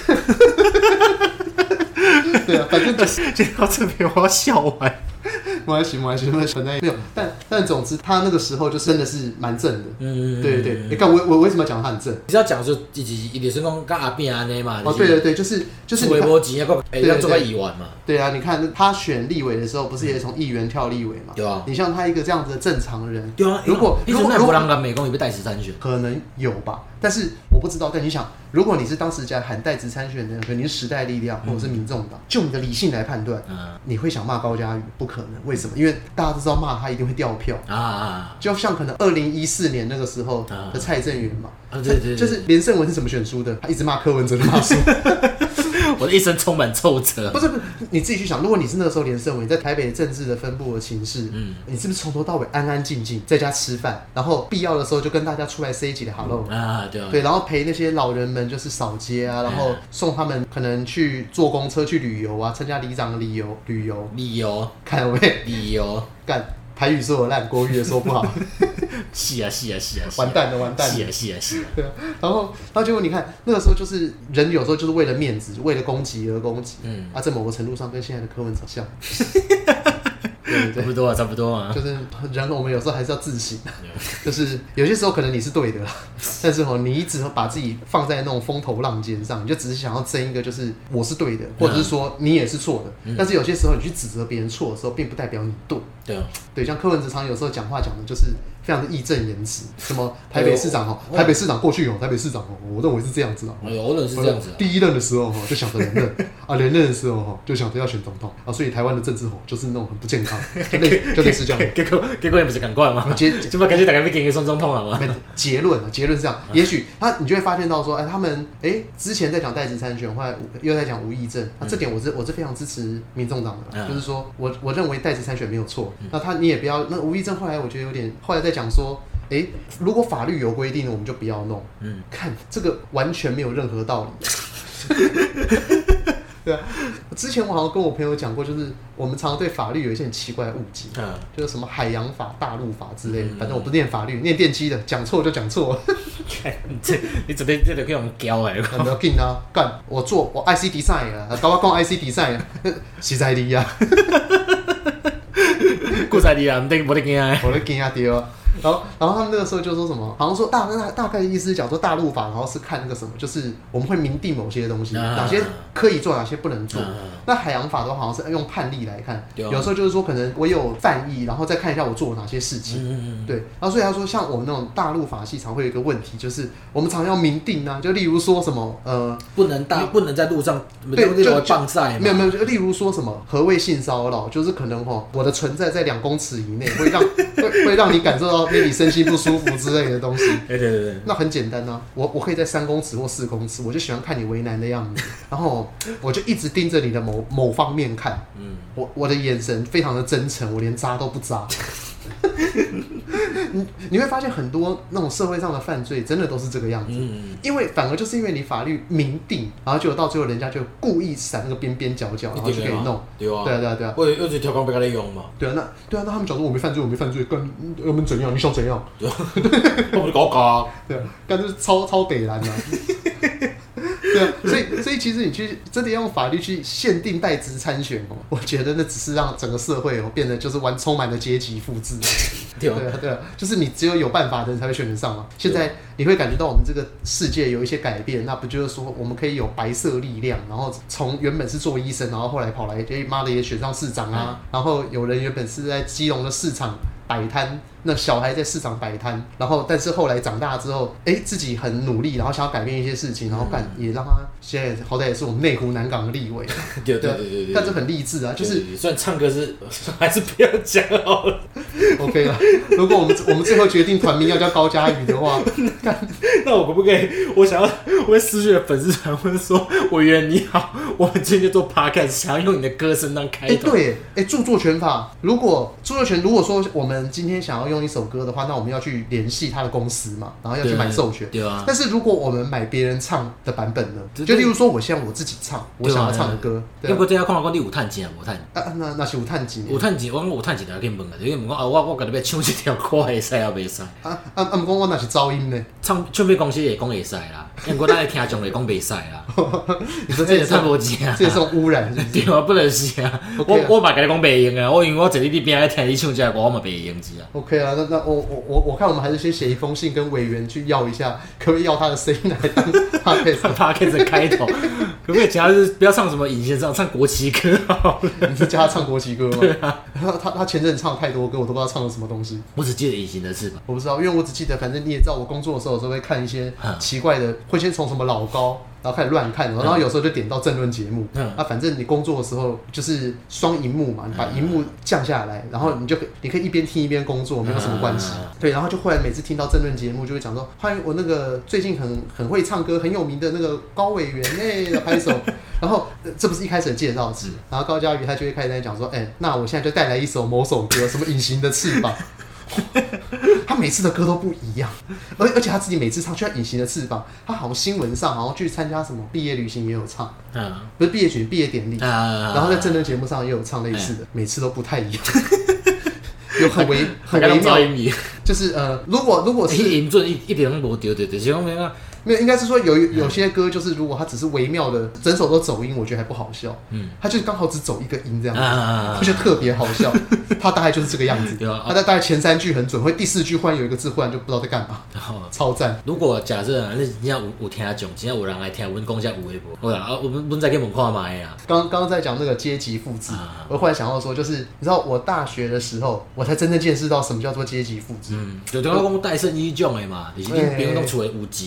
对啊，反正讲到这边我要笑完。 没关系，没关系，没存在没有，但但总之，他那个时候就真的是蛮正的。嗯，对对对。你看我我为什么讲他很正？ 你是要讲说，一直一直是讲跟阿扁安尼嘛？ 哦，对对对，就是就是微博级要哎要做个议员嘛。 对啊，你看他选立委的时候，不是也从议员跳立委嘛？对啊。你像他一个这样子的正常人， 对啊。 如果如果如果让个美工也被代职参选， 可能有吧，但是我不知道。但你想，如果你是当时在喊代职参选的人，可能你是时代力量或者是民众党，就你的理性来判断，你会想骂高嘉瑜？不可能，为什么？因为大家都知道骂他一定会掉票啊啊！就像可能二零一四年那个时候的蔡正元嘛，啊对对，就是连胜文是怎么选输的？他一直骂柯文哲的骂输。 我的一生充满挫折。 不是不是，你自己去想，如果你是那个时候连胜文在台北政治的分布的情势，嗯，你是不是从头到尾安安静静在家吃饭，然后必要的时候就跟大家出来 say 几个 hello 啊，对对，然后陪那些老人们就是扫街啊，然后送他们可能去坐公车去旅游啊，参加里长的旅游旅游旅游， 看有没有旅游干。台语说我烂，国语也说不好。 是啊是啊是啊， 完蛋了完蛋了。 是啊是啊是啊。 对啊，然后然后结果你看那个时候就是人有时候就是为了面子，为了攻击而攻击。嗯，啊，在某个程度上跟现在的柯文哲像。对对， 差不多啊，差不多啊。 就是人，我们有时候还是要自省。就是有些时候可能你是对的啦，但是哦，你一直把自己放在那种风头浪尖上，你就只是想要争一个，就是我是对的，或者是说你也是错的。嗯、但是有些时候你去指责别人错的时候，并不代表你对。对啊，对，像柯文哲常有时候讲话讲的就是非常的义正言辞，什么台北市长哦，台北市长过去哦，台北市长哦，我认为是这样子啊。 哎呦，我认为是这样子、啊。 第一任的时候哈，就想着连任啊，连任的时候哈，就想着要选总统啊，所以台湾的政治吼就是那种很不健康，就类就类似这样。 结果结果也不是赶快吗？结就不感觉大家被给一个选总统了吗？ 结论啊，结论是这样， 样，也许他你就会发现到说，哎，他们哎之前在讲代职参选，后来又在讲无议政，那这点我是我是非常支持民众党的，就是说我我认为代职参选没有错，那他你也不要那无议政，后来我觉得有点，后来在讲说。哎，如果法律有规定，我们就不要弄。嗯，看这个完全没有任何道理。对啊，之前我好像跟我朋友讲过，就是我们常常对法律有一些很奇怪的误解，嗯，就是什么海洋法、大陆法之类的。嗯、反正我不是念法律，念电机的，讲错就讲错。 你这你这边这个可以用教哎， 不要紧啊，干我做我 I C design 啊，搞我讲 I C design， 实在的啊， 古在的啊，唔得冇得惊啊， 冇得惊啊对啊。然后，然后他们那个时候就说什么，好像说大大大概的意思是讲说大陆法，然后是看那个什么，就是我们会明定某些东西，啊、哪些可以做，哪些不能做。啊、那海洋法都好像是用判例来看，有时候就是说可能我有犯意，然后再看一下我做了哪些事情。嗯嗯对，然后所以他说，像我们那种大陆法系常会有一个问题，就是我们常要明定啊，就例如说什么呃， 不能大不能在路上对就棒晒， 没有没有，就例如说什么何谓性骚扰，就是可能哈我的存在在两公尺以内，会让会会让你感受到。你身心不舒服之类的东西， 对对对， 那很简单啊，我我可以在三公尺或四公尺，我就喜欢看你为难的样子，然后我就一直盯着你的某某方面看，嗯，我我的眼神非常的真诚，我连眨都不眨。你你会发现很多那种社会上的犯罪真的都是这个样子，嗯、因为反而就是因为你法律明定，然后就到最后人家就故意闪那个边边角角，然后就可以弄， 对啊， 对啊对啊对啊， 我有有条光被他用嘛， 对啊那对啊那他们讲说我没犯罪我没犯罪，干我们怎样你想怎样？ 对啊，我们搞搞， 对啊，干就是超超北蓝啊。对啊，所以所以其实你去真的要用法律去限定代职参选哦，我觉得那只是让整个社会哦变得就是完充满了阶级复制。对啊对啊，就是你只有有办法的人才会选得上嘛。现在你会感觉到我们这个世界有一些改变，那不就是说我们可以有白色力量，然后从原本是做医生，然后后来跑来哎妈的也选上市长啊，然后有人原本是在基隆的市场摆摊。那小孩在市场摆摊，然后但是后来长大之后，哎，自己很努力，然后想要改变一些事情，然后干也让他现在好歹也是我们内湖南港的立委， 对对对对对， 但是很励志啊，就是虽然唱歌是还是不要讲好了 ，OK 了。如果我们我们最后决定团名要叫高嘉瑜的话， 那我可不可以？我想要我会私讯的粉丝团会说，委员你好，我们今天就做 podcast， 想要用你的歌声当开头。 哎，对，哎，著作权法，如果著作权如果说我们今天想要用用一首歌的话，那我们要去联系他的公司嘛，然后要去买授权。 对啊。 但是如果我们买别人唱的版本呢？就例如说，我现在我自己唱，我想要唱的歌。 要不这要看讲你有趁钱啊，无趁？ 啊，那那是有趁钱。 有趁钱，我讲有趁钱，就去问啊。因为问讲啊，我我甲你要唱一条歌，会使啊，袂使？啊啊啊！毋讲我那是噪音呢。 唱唱片公司会讲会使啦，因为我咱听众会讲袂使啦。你说这也太无钱啊？ 这也是污染是不是？ 对啊，不能是啊。我我嘛甲你讲袂用啊，我因为我坐你边仔听你唱这歌，我嘛袂用是啊。 OK 啊，那那我我我我看我们还是先写一封信跟委员去要一下，可不可以要他的声音来当 podcast 的开头？可不可以请他是不要唱什么尹先生，唱国旗歌好了？ 你是叫他唱国旗歌吗？对啊，他他他前阵唱太多歌，我都不知道唱了什么东西。 我只记得隐形的翅膀， 我不知道，因为我只记得，反正你也知道，我工作的时候有时候会看一些奇怪的，会先从什么老高。然后开始乱看，然后有时候就点到政论节目。嗯，啊，反正你工作的时候就是双萤幕嘛，你把萤幕降下来，然后你就你可以一边听一边工作，没有什么关系。嗯、对，然后就后来每次听到政论节目，就会讲说，欢迎我那个最近很很会唱歌、很有名的那个高委员哎，拍手。然后这不是一开始的介绍词，然后高嘉瑜他就会开始在讲说，哎，那我现在就带来一首某首歌，什么隐形的翅膀。他每次的歌都不一样，而而且他自己每次唱，就像《隐形的翅膀》，他好像新闻上好像去参加什么毕业旅行也有唱，嗯，不是毕业曲，毕业典礼，嗯、然后在政论节目上也有唱类似的，嗯、每次都不太一样，有很微很微妙，就是呃，如果如果是音准一一点都无对对对，像那个。 没有，应该是说有有些歌就是如果它只是微妙的，整首都走音，我觉得还不好笑。嗯，它就刚好只走一个音这样子，它就特别好笑。它大概就是这个样子。它大概前三句很准，会第四句忽然有一个字，忽然就不知道在干嘛，超赞。 如果假设啊，你真正有有听众，真正有人来听，阮讲遮有诶无？好啦，啊，我们阮再给问看卖啊。 刚刚在讲那个阶级复制，我忽然想到说，就是你知道我大学的时候，我才真正见识到什么叫做阶级复制。 嗯，就等于讲戴胜一种诶嘛，就是你比如讲厝诶有钱嘛。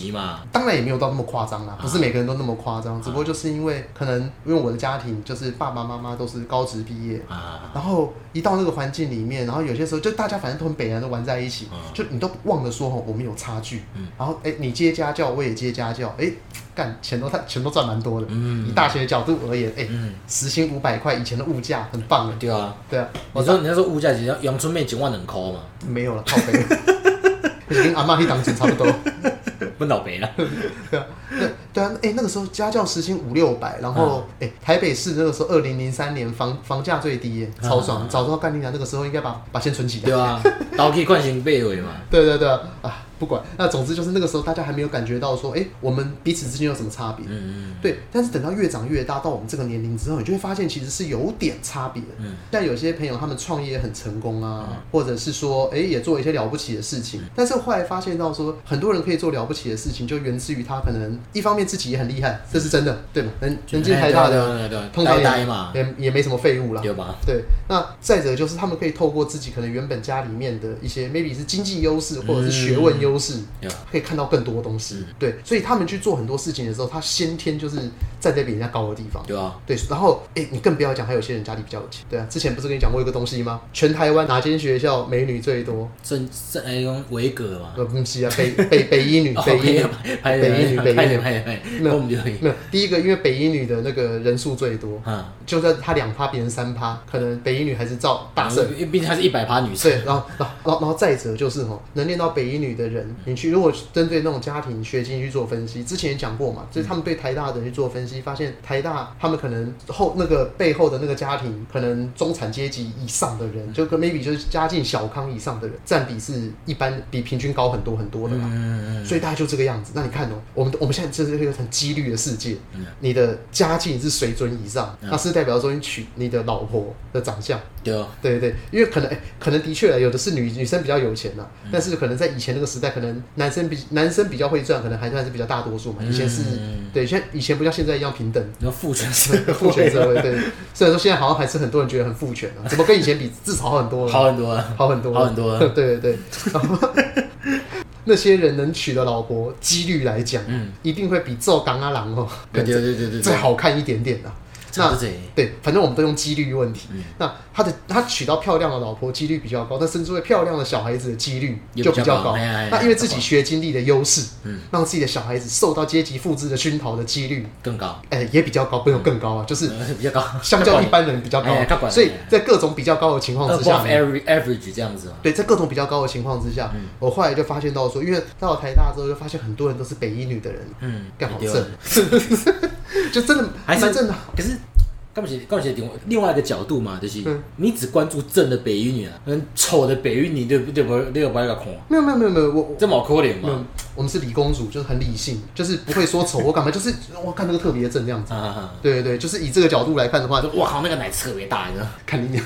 当然也没有到那么夸张啦，不是每个人都那么夸张，只不过就是因为可能因为我的家庭就是爸爸妈妈都是高职毕业，然后一到那个环境里面，然后有些时候就大家反正都很北南都玩在一起，就你都忘了说我们有差距，然后哎你接家教我也接家教，哎干钱都钱都赚蛮多的，以大学的角度而言，哎时薪五百块，以前的物价很棒的， 对啊对啊， 你说你那时候物价其实阳春面一万两块嘛， 没有了靠北。跟阿嬷那当钱差不多， 不老白了。 对啊，对对啊，哎、欸，那个时候家教时薪五六百，然后哎、嗯欸，台北市那个时候二零零三年房房价最低耶，超爽。嗯、早知道干你娘那个时候应该把把钱存起来。 对啊，倒可以惯性背回嘛。 对对对啊，啊不管，那总之就是那个时候大家还没有感觉到说，哎、欸，我们彼此之间有什么差别。嗯嗯。对，但是等到越长越大，到我们这个年龄之后，你就会发现其实是有点差别。嗯。像有些朋友他们创业很成功啊，嗯、或者是说，哎、欸，也做一些了不起的事情，但是后来发现到说，很多人可以做了不起的事情，就源自于他可能一方面自己也很厉害，这是真的，对吧？能能进台大的，通常也也也没什么废物啦， 对吧？ 对。那再者就是他们可以透过自己可能原本家里面的一些 maybe 是经济优势或者是学问优势，嗯、可以看到更多东西。嗯、对，所以他们去做很多事情的时候，他先天就是站在比人家高的地方。 对啊。 对，然后哎、欸，你更不要讲，还有些人家里比较有钱。对啊，之前不是跟你讲过一个东西吗？全台湾哪间学校美女最多？ 正正哎用维格嘛？ 呃，不是啊，北北北一女，北一女，北一女，北一女，没有没有。第一个，因为北一女的那个人数最多，嗯，就算她两趴，别人三趴，可能北一女还是照大胜， 因为毕竟她是一百趴女生。 对，然后然后然后再者就是哦，能练到北一女的人，你去如果针对那种家庭学经去做分析，之前也讲过嘛，就是他们对台大的人去做分析，发现台大他们可能后那个背后的那个家庭，可能中产阶级以上的人，就 maybe 就是家境小康以上的人，占比是一般比平均高很多很多的啦。嗯、所以大概就这个样子。那你看哦，我们我们现在这是一个很几率的世界，嗯、你的家境是水准以上，嗯、那是代表说你娶你的老婆的长相。 对哦， 对对对，因为可能哎、欸，可能的确有的是女女生比较有钱啦，嗯、但是可能在以前那个时代，可能男生比男生比较会赚，可能还算是比较大多数嘛。以前是，嗯、对，现在以前不像现在一样平等， 你说父权社会， 父权社会，对。虽然说现在好像还是很多人觉得很父权啊，怎么跟以前比，至少好很多了， 好很多了， 好很多了， 好很多了。 对对对。那些人能娶的老婆，几率来讲，嗯，一定会比做港阿郎哦， 对对对对对， 再好看一点点的。那对，反正我们都用几率问题。嗯、那他的他娶到漂亮的老婆几率比较高，但生出漂亮的小孩子的几率就比较高。那因为自己学经历的优势，嗯，让自己的小孩子受到阶级复制的熏陶的几率更高。 哎、欸，也比较高，不用更高啊，就是比较高， 相较一般人比较高。欸、所以在各种比较高的情况之下 ，above average 这样子。 对，在各种比较高的情况之下，嗯、我后来就发现到说，因为到了台大之后，就发现很多人都是北一女的人，嗯，更好挣，就真的还是真的， 可是。刚不是刚不是另外一个角度嘛，就是、嗯、你只关注正的北一女啊，跟丑的北一女对不对？不，你有把那个看？ 没有没有没有没有，我这么可怜嘛？ 我们是理工组，就是很理性，就是不会说丑或干嘛，就是我看那个特别正这样子。啊啊对对对，就是以这个角度来看的话， 哇靠，那个奶特别大，你知道？ 看你娘。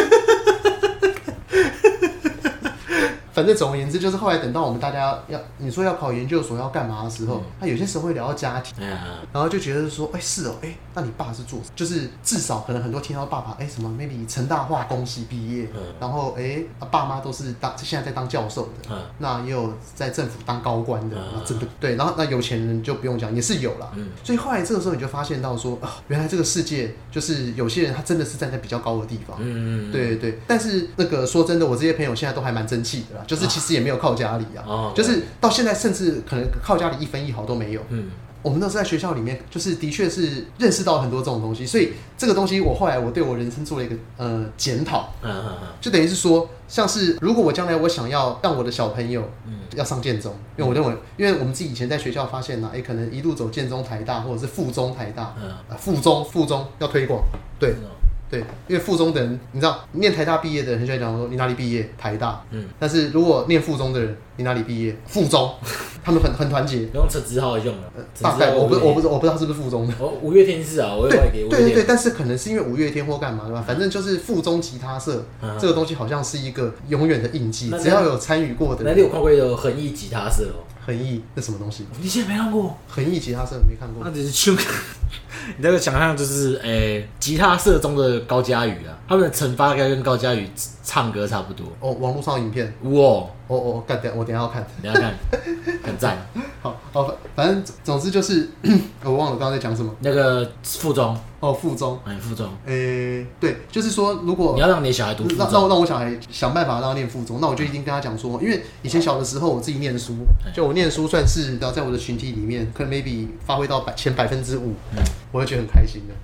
反正总而言之，就是后来等到我们大家要你说要考研究所要干嘛的时候，他、嗯、有些时候会聊到家庭，嗯、然后就觉得说，哎、欸、是哦，哎、欸，那你爸是做，就是至少可能很多听到爸爸，哎、欸、什么 maybe 成大化工系毕业，嗯、然后哎、欸、爸妈都是当现在在当教授的，嗯、那也有在政府当高官的，嗯、真的对，然后那有钱人就不用讲，也是有啦，嗯、所以后来这个时候你就发现到说，啊，原来这个世界就是有些人他真的是站在比较高的地方，嗯嗯对对对，但是那个说真的，我这些朋友现在都还蛮争气的啦。就是其实也没有靠家里啊，哦、就是到现在甚至可能靠家里一分一毫都没有。嗯，我们那时候在学校里面，就是的确是认识到很多这种东西，所以这个东西我后来我对我人生做了一个呃检讨。嗯嗯嗯，就等于是说，像是如果我将来我想要让我的小朋友嗯要上建中，因为我认为，因为我们自己以前在学校发现呢、啊，哎、欸，可能一路走建中台大或者是附中台大，嗯，啊附中附中要推广，对。对，因为附中的人，你知道，念台大毕业的人很喜欢讲说你哪里毕业，台大。嗯。但是如果念附中的人，你哪里毕业，附中，他们很很团结。 用陈子豪用了， 大概我不我不我不知道是不是附中的。 哦，五月天是啊，我也会给。 对对对，但是可能是因为五月天或干嘛对吧？反正就是附中吉他社、嗯、这个东西好像是一个永远的印记，只要有参与过的。 那你有看过有恒毅吉他社哦？ 恒毅那什么东西？ 你现在没看过？ 恒毅吉他社没看过。 那只是去。你那个想象就是，诶、欸，吉他社中的高嘉瑜啊，他们的惩罚该跟高嘉瑜唱歌差不多。 哦，网络上影片。 哇， 哦哦，干等我等一下要看， 等一下看，很赞。 好哦，反正总之就是我忘了刚刚在讲什么。 那个附中哦，附中， 哎，附中， 诶，对，就是说，如果你要让你的小孩读附中， 让让让我小孩想办法让他念附中，那我就一定跟他讲说，因为以前小的时候我自己念书，就我念书算是在我的群体里面，可能 maybe 发挥到百前百分之五，我会觉得很开心的。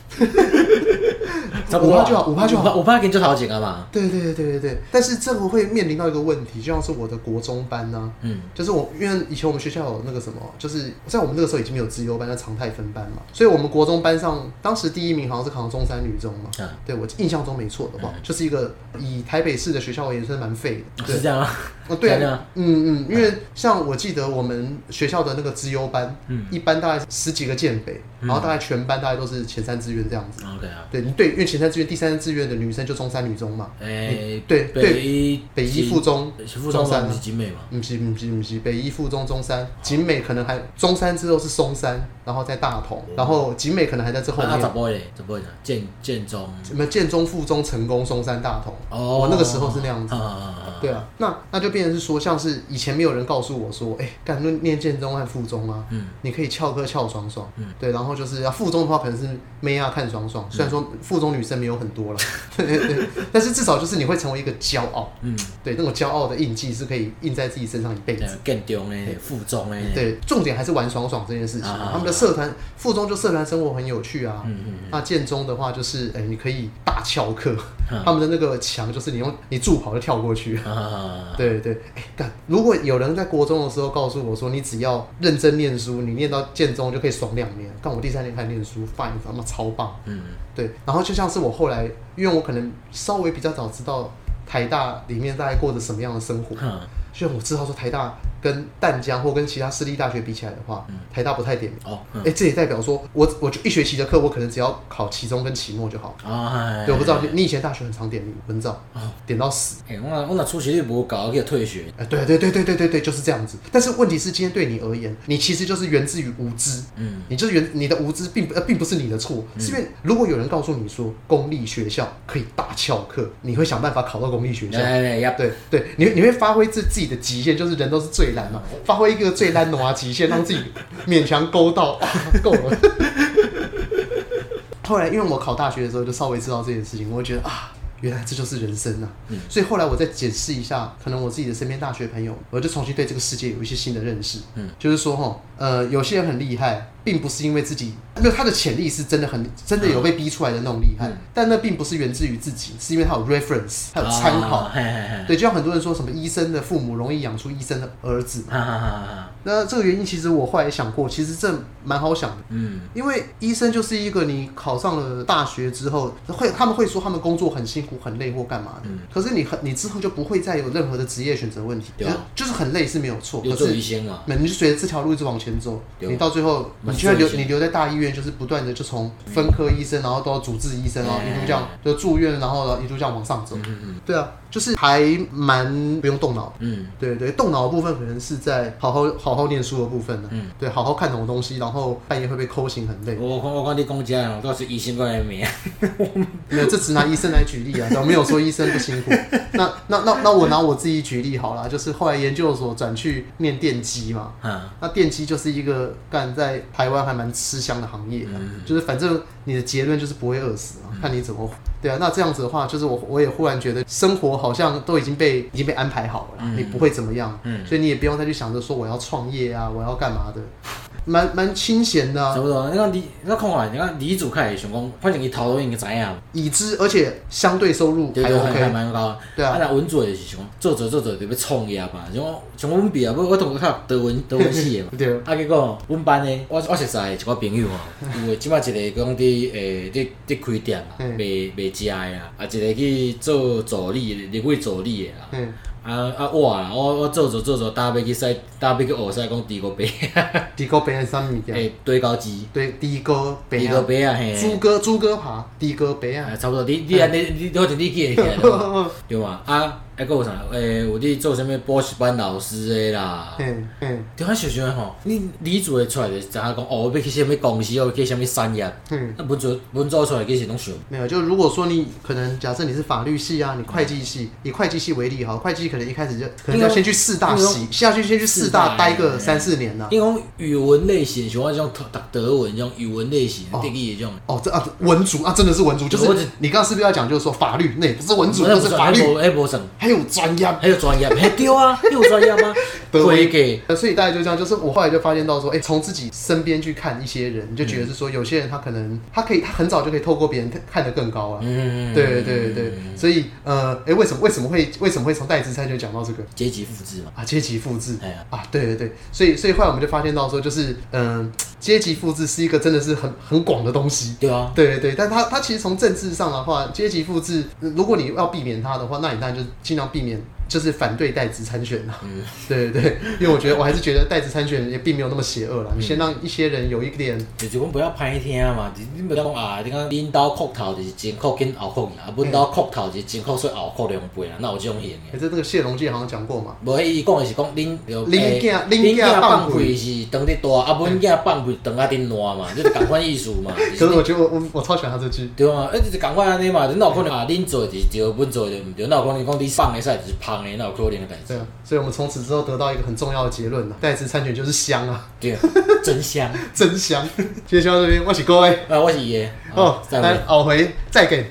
五趴就好，五趴就好， 五趴给你就好几个嘛。 对对对对对对，但是这个会面临到一个问题，就像是我的国中班呢、啊，嗯，就是我因为以前我们学校有那个什么，就是在我们那个时候已经没有资优班，叫常态分班嘛，所以我们国中班上当时第一名好像是考上中山女中嘛，嗯、对我印象中没错的话，嗯、就是一个以台北市的学校而言算是蛮废的， 是这样吗？ 哦，对啊，嗯嗯，因为像我记得我们学校的那个资优班，嗯，一班大概十几个建北，然后大概全班大概都是前三志愿这样子。 OK 啊， 对对，因为前三志愿、第三志愿的女生就中山女中嘛。 诶， 对对， 北一北一附中， 附中山不是景美嘛？ 不是不是不是，北一附中中山，景美可能还中山之后是松山，然后在大同，然后景美可能还在这后面。 那怎么会？怎么会？建建中什么建中、附中、成功、松山、大同。哦，我那个时候是那样子。对啊，那那就变成是说，像是以前没有人告诉我说，哎、欸，干论念建中和附中啊，嗯，你可以翘课翘爽爽，嗯，对，然后就是要附中的话，可能是妹啊看爽爽，虽然说附中女生没有很多了，对对对，但是至少就是你会成为一个骄傲，嗯，对，那种骄傲的印记是可以印在自己身上一辈子。 建中呢，附中呢， 对，重点还是玩爽爽这件事情。啊、他们的社团，附中就社团生活很有趣啊，嗯嗯嗯，那建中的话就是，哎、欸，你可以大翘课，啊、他们的那个墙就是你用你助跑就跳过去，啊、对。对对，哎、欸，干！如果有人在国中的时候告诉我说，你只要认真念书，你念到建中就可以爽两年。干，我第三年开始念书 ，fine， 他妈超棒。嗯，对。然后就像是我后来，因为我可能稍微比较早知道台大里面大概过着什么样的生活，嗯、所以我知道说台大跟淡江或跟其他私立大学比起来的话，嗯、台大不太点名。哦，哎、嗯欸，这也代表说我我就一学期的课，我可能只要考期中跟期末就好。啊，对，我不知道你以前大学很常点名，我知道，哦、点到死。 哎、欸，我我那出席率不高，可以退学。 哎、欸，对对对对对对对，就是这样子。但是问题是，今天对你而言，你其实就是源自于无知。嗯，你就是源你的无知并不呃并不是你的错，嗯、是因为如果有人告诉你说公立学校可以大翘课，你会想办法考到公立学校。 对对对，你你会发挥自自己的极限，就是人都是最烂嘛。发挥一个最烂的极限，让自己勉强勾到，啊、够了。后来，因为我考大学的时候就稍微知道这件事情，我会觉得啊，原来这就是人生啊。嗯、所以后来我再检视一下，可能我自己的身边大学朋友，我就重新对这个世界有一些新的认识。嗯，就是说哈，呃，有些人很厉害。并不是因为自己，因为他的潜力是真的很真的有被逼出来的那种厉害，嗯、但那并不是源自于自己，是因为他有 reference， 他有参考。哦、嘿嘿嘿对，就像很多人说什么医生的父母容易养出医生的儿子嘛。哈哈哈那这个原因其实我后来想过，其实这蛮好想的。嗯，因为医生就是一个你考上了大学之后，会他们会说他们工作很辛苦、很累或干嘛的。嗯、可是你很你之后就不会再有任何的职业选择问题，就就是很累是没有错。 可是医生嘛， 你就随着这条路一直往前走，你到最后。你就留你留在大医院，就是不断的就从分科医生，然后到主治医生，然后一路这样就住院，然后一路这样往上走。嗯嗯对啊，就是还蛮不用动脑。嗯，对对，动脑的部分可能是在好好好好念书的部分呢。嗯，对，好好看懂东西，然后半夜会被抠醒很累。 我我讲你讲这样，都是医生过来没？ 没有，这只拿医生来举例啊，我没有说医生不辛苦。那那那那我拿我自己举例好了，就是后来研究所转去念电机嘛。嗯，那电机就是一个干在台湾还蛮吃香的行业、啊，嗯、就是反正你的结论就是不会饿死啊，嗯、看你怎么对啊。那这样子的话，就是我我也忽然觉得生活好像都已经被已经被安排好了，嗯、你不会怎么样，嗯、所以你也不用再去想着说我要创业啊，我要干嘛的。蛮蛮清闲的、啊， 差不多。你看理，你看来，你看理主开始想讲，反正伊头都应该知影， 已知，而且相对收入还 OK， 还蛮高。对啊，啊，那稳做的是想做做做做就要创业吧。像我像阮毕业，我我同较德文德文系的嘛。对。啊，结果阮班呢，我我熟识的一个朋友哦，有诶，即摆一个讲伫诶，伫伫开店啊，卖卖食的啊，啊，一个去做助理，入去助理的啦。啊啊我啊，我我做做做做，搭要去使，搭要去学使讲地沟杯。 地沟杯是啥物件？ 诶，堆高机。 对，地沟杯啊。 地沟杯啊，嘿。 猪哥猪哥爬，地沟杯啊。 差不多，你你安尼你好像你记会起来对嘛？啊。 还有啥？诶，有你做啥物补习班老师的啦？嗯嗯，就遐想想吼，你理组的出来就知影讲，哦，要去啥物公司，要去啥物产业。嗯，那文组文组出来其实拢想。 没有，就如果说你可能假设你是法律系啊，你会计系，以会计系为例哈，会计可能一开始就可能要先去四大系，下去先去四大待个三四年呐。 因为讲语文类型，像我这种读德文这种语文类型，第一这种。 哦，这啊文组啊，真的是文组，就是你刚刚是不是要讲，就是说法律那不是文组，那是法律， 哎，无算， 还有专业， 还有专业，还对啊，还有专业吗？ 会给，所以大概就这样，就是我后来就发现到说，哎，从自己身边去看一些人，你就觉得是说，有些人他可能他可以，他很早就可以透过别人看得更高啊。嗯，对对对，所以呃，哎，为什么为什么会为什么会从代资参就讲到这个阶级复制嘛？ 啊，阶级复制，哎呀，啊，对对对，所以所以后来我们就发现到说，就是嗯，阶级复制是一个真的是很很广的东西。 对啊， 对对对，但它它其实从政治上的话，阶级复制，如果你要避免它的话，那你当然就尽量避免。就是反对代职参选啊，嗯，对对对，因为我觉得我还是觉得代职参选也并没有那么邪恶啦。你、嗯、先让一些人有一点， 就是讲不要歹听嘛，你不要讲啊，你讲领导哭头就是前哭跟后哭啊，领导哭头就是前哭所以后哭两倍啊，那有这种型的。可是那个谢龙介好像讲过嘛， 无伊讲的是讲恁恁囝恁囝放屁是当伫大，啊，阮囝放屁当啊顶烂嘛，这是同款意思嘛。 可是我觉得我我我超喜欢他这句， 对嘛？哎，就是同款安尼嘛，恁哪有可能啊？恁做就是对，阮做就唔对，哪有可能讲你放的赛就是芳的，哪有可能的代？ 对啊，所以我们从此之后得到一个很重要的结论了：代职参选就是香啊！ 对，真香， 真香。今天就到这边，我是各位， 啊，我是爷， 哦，咱后回再见。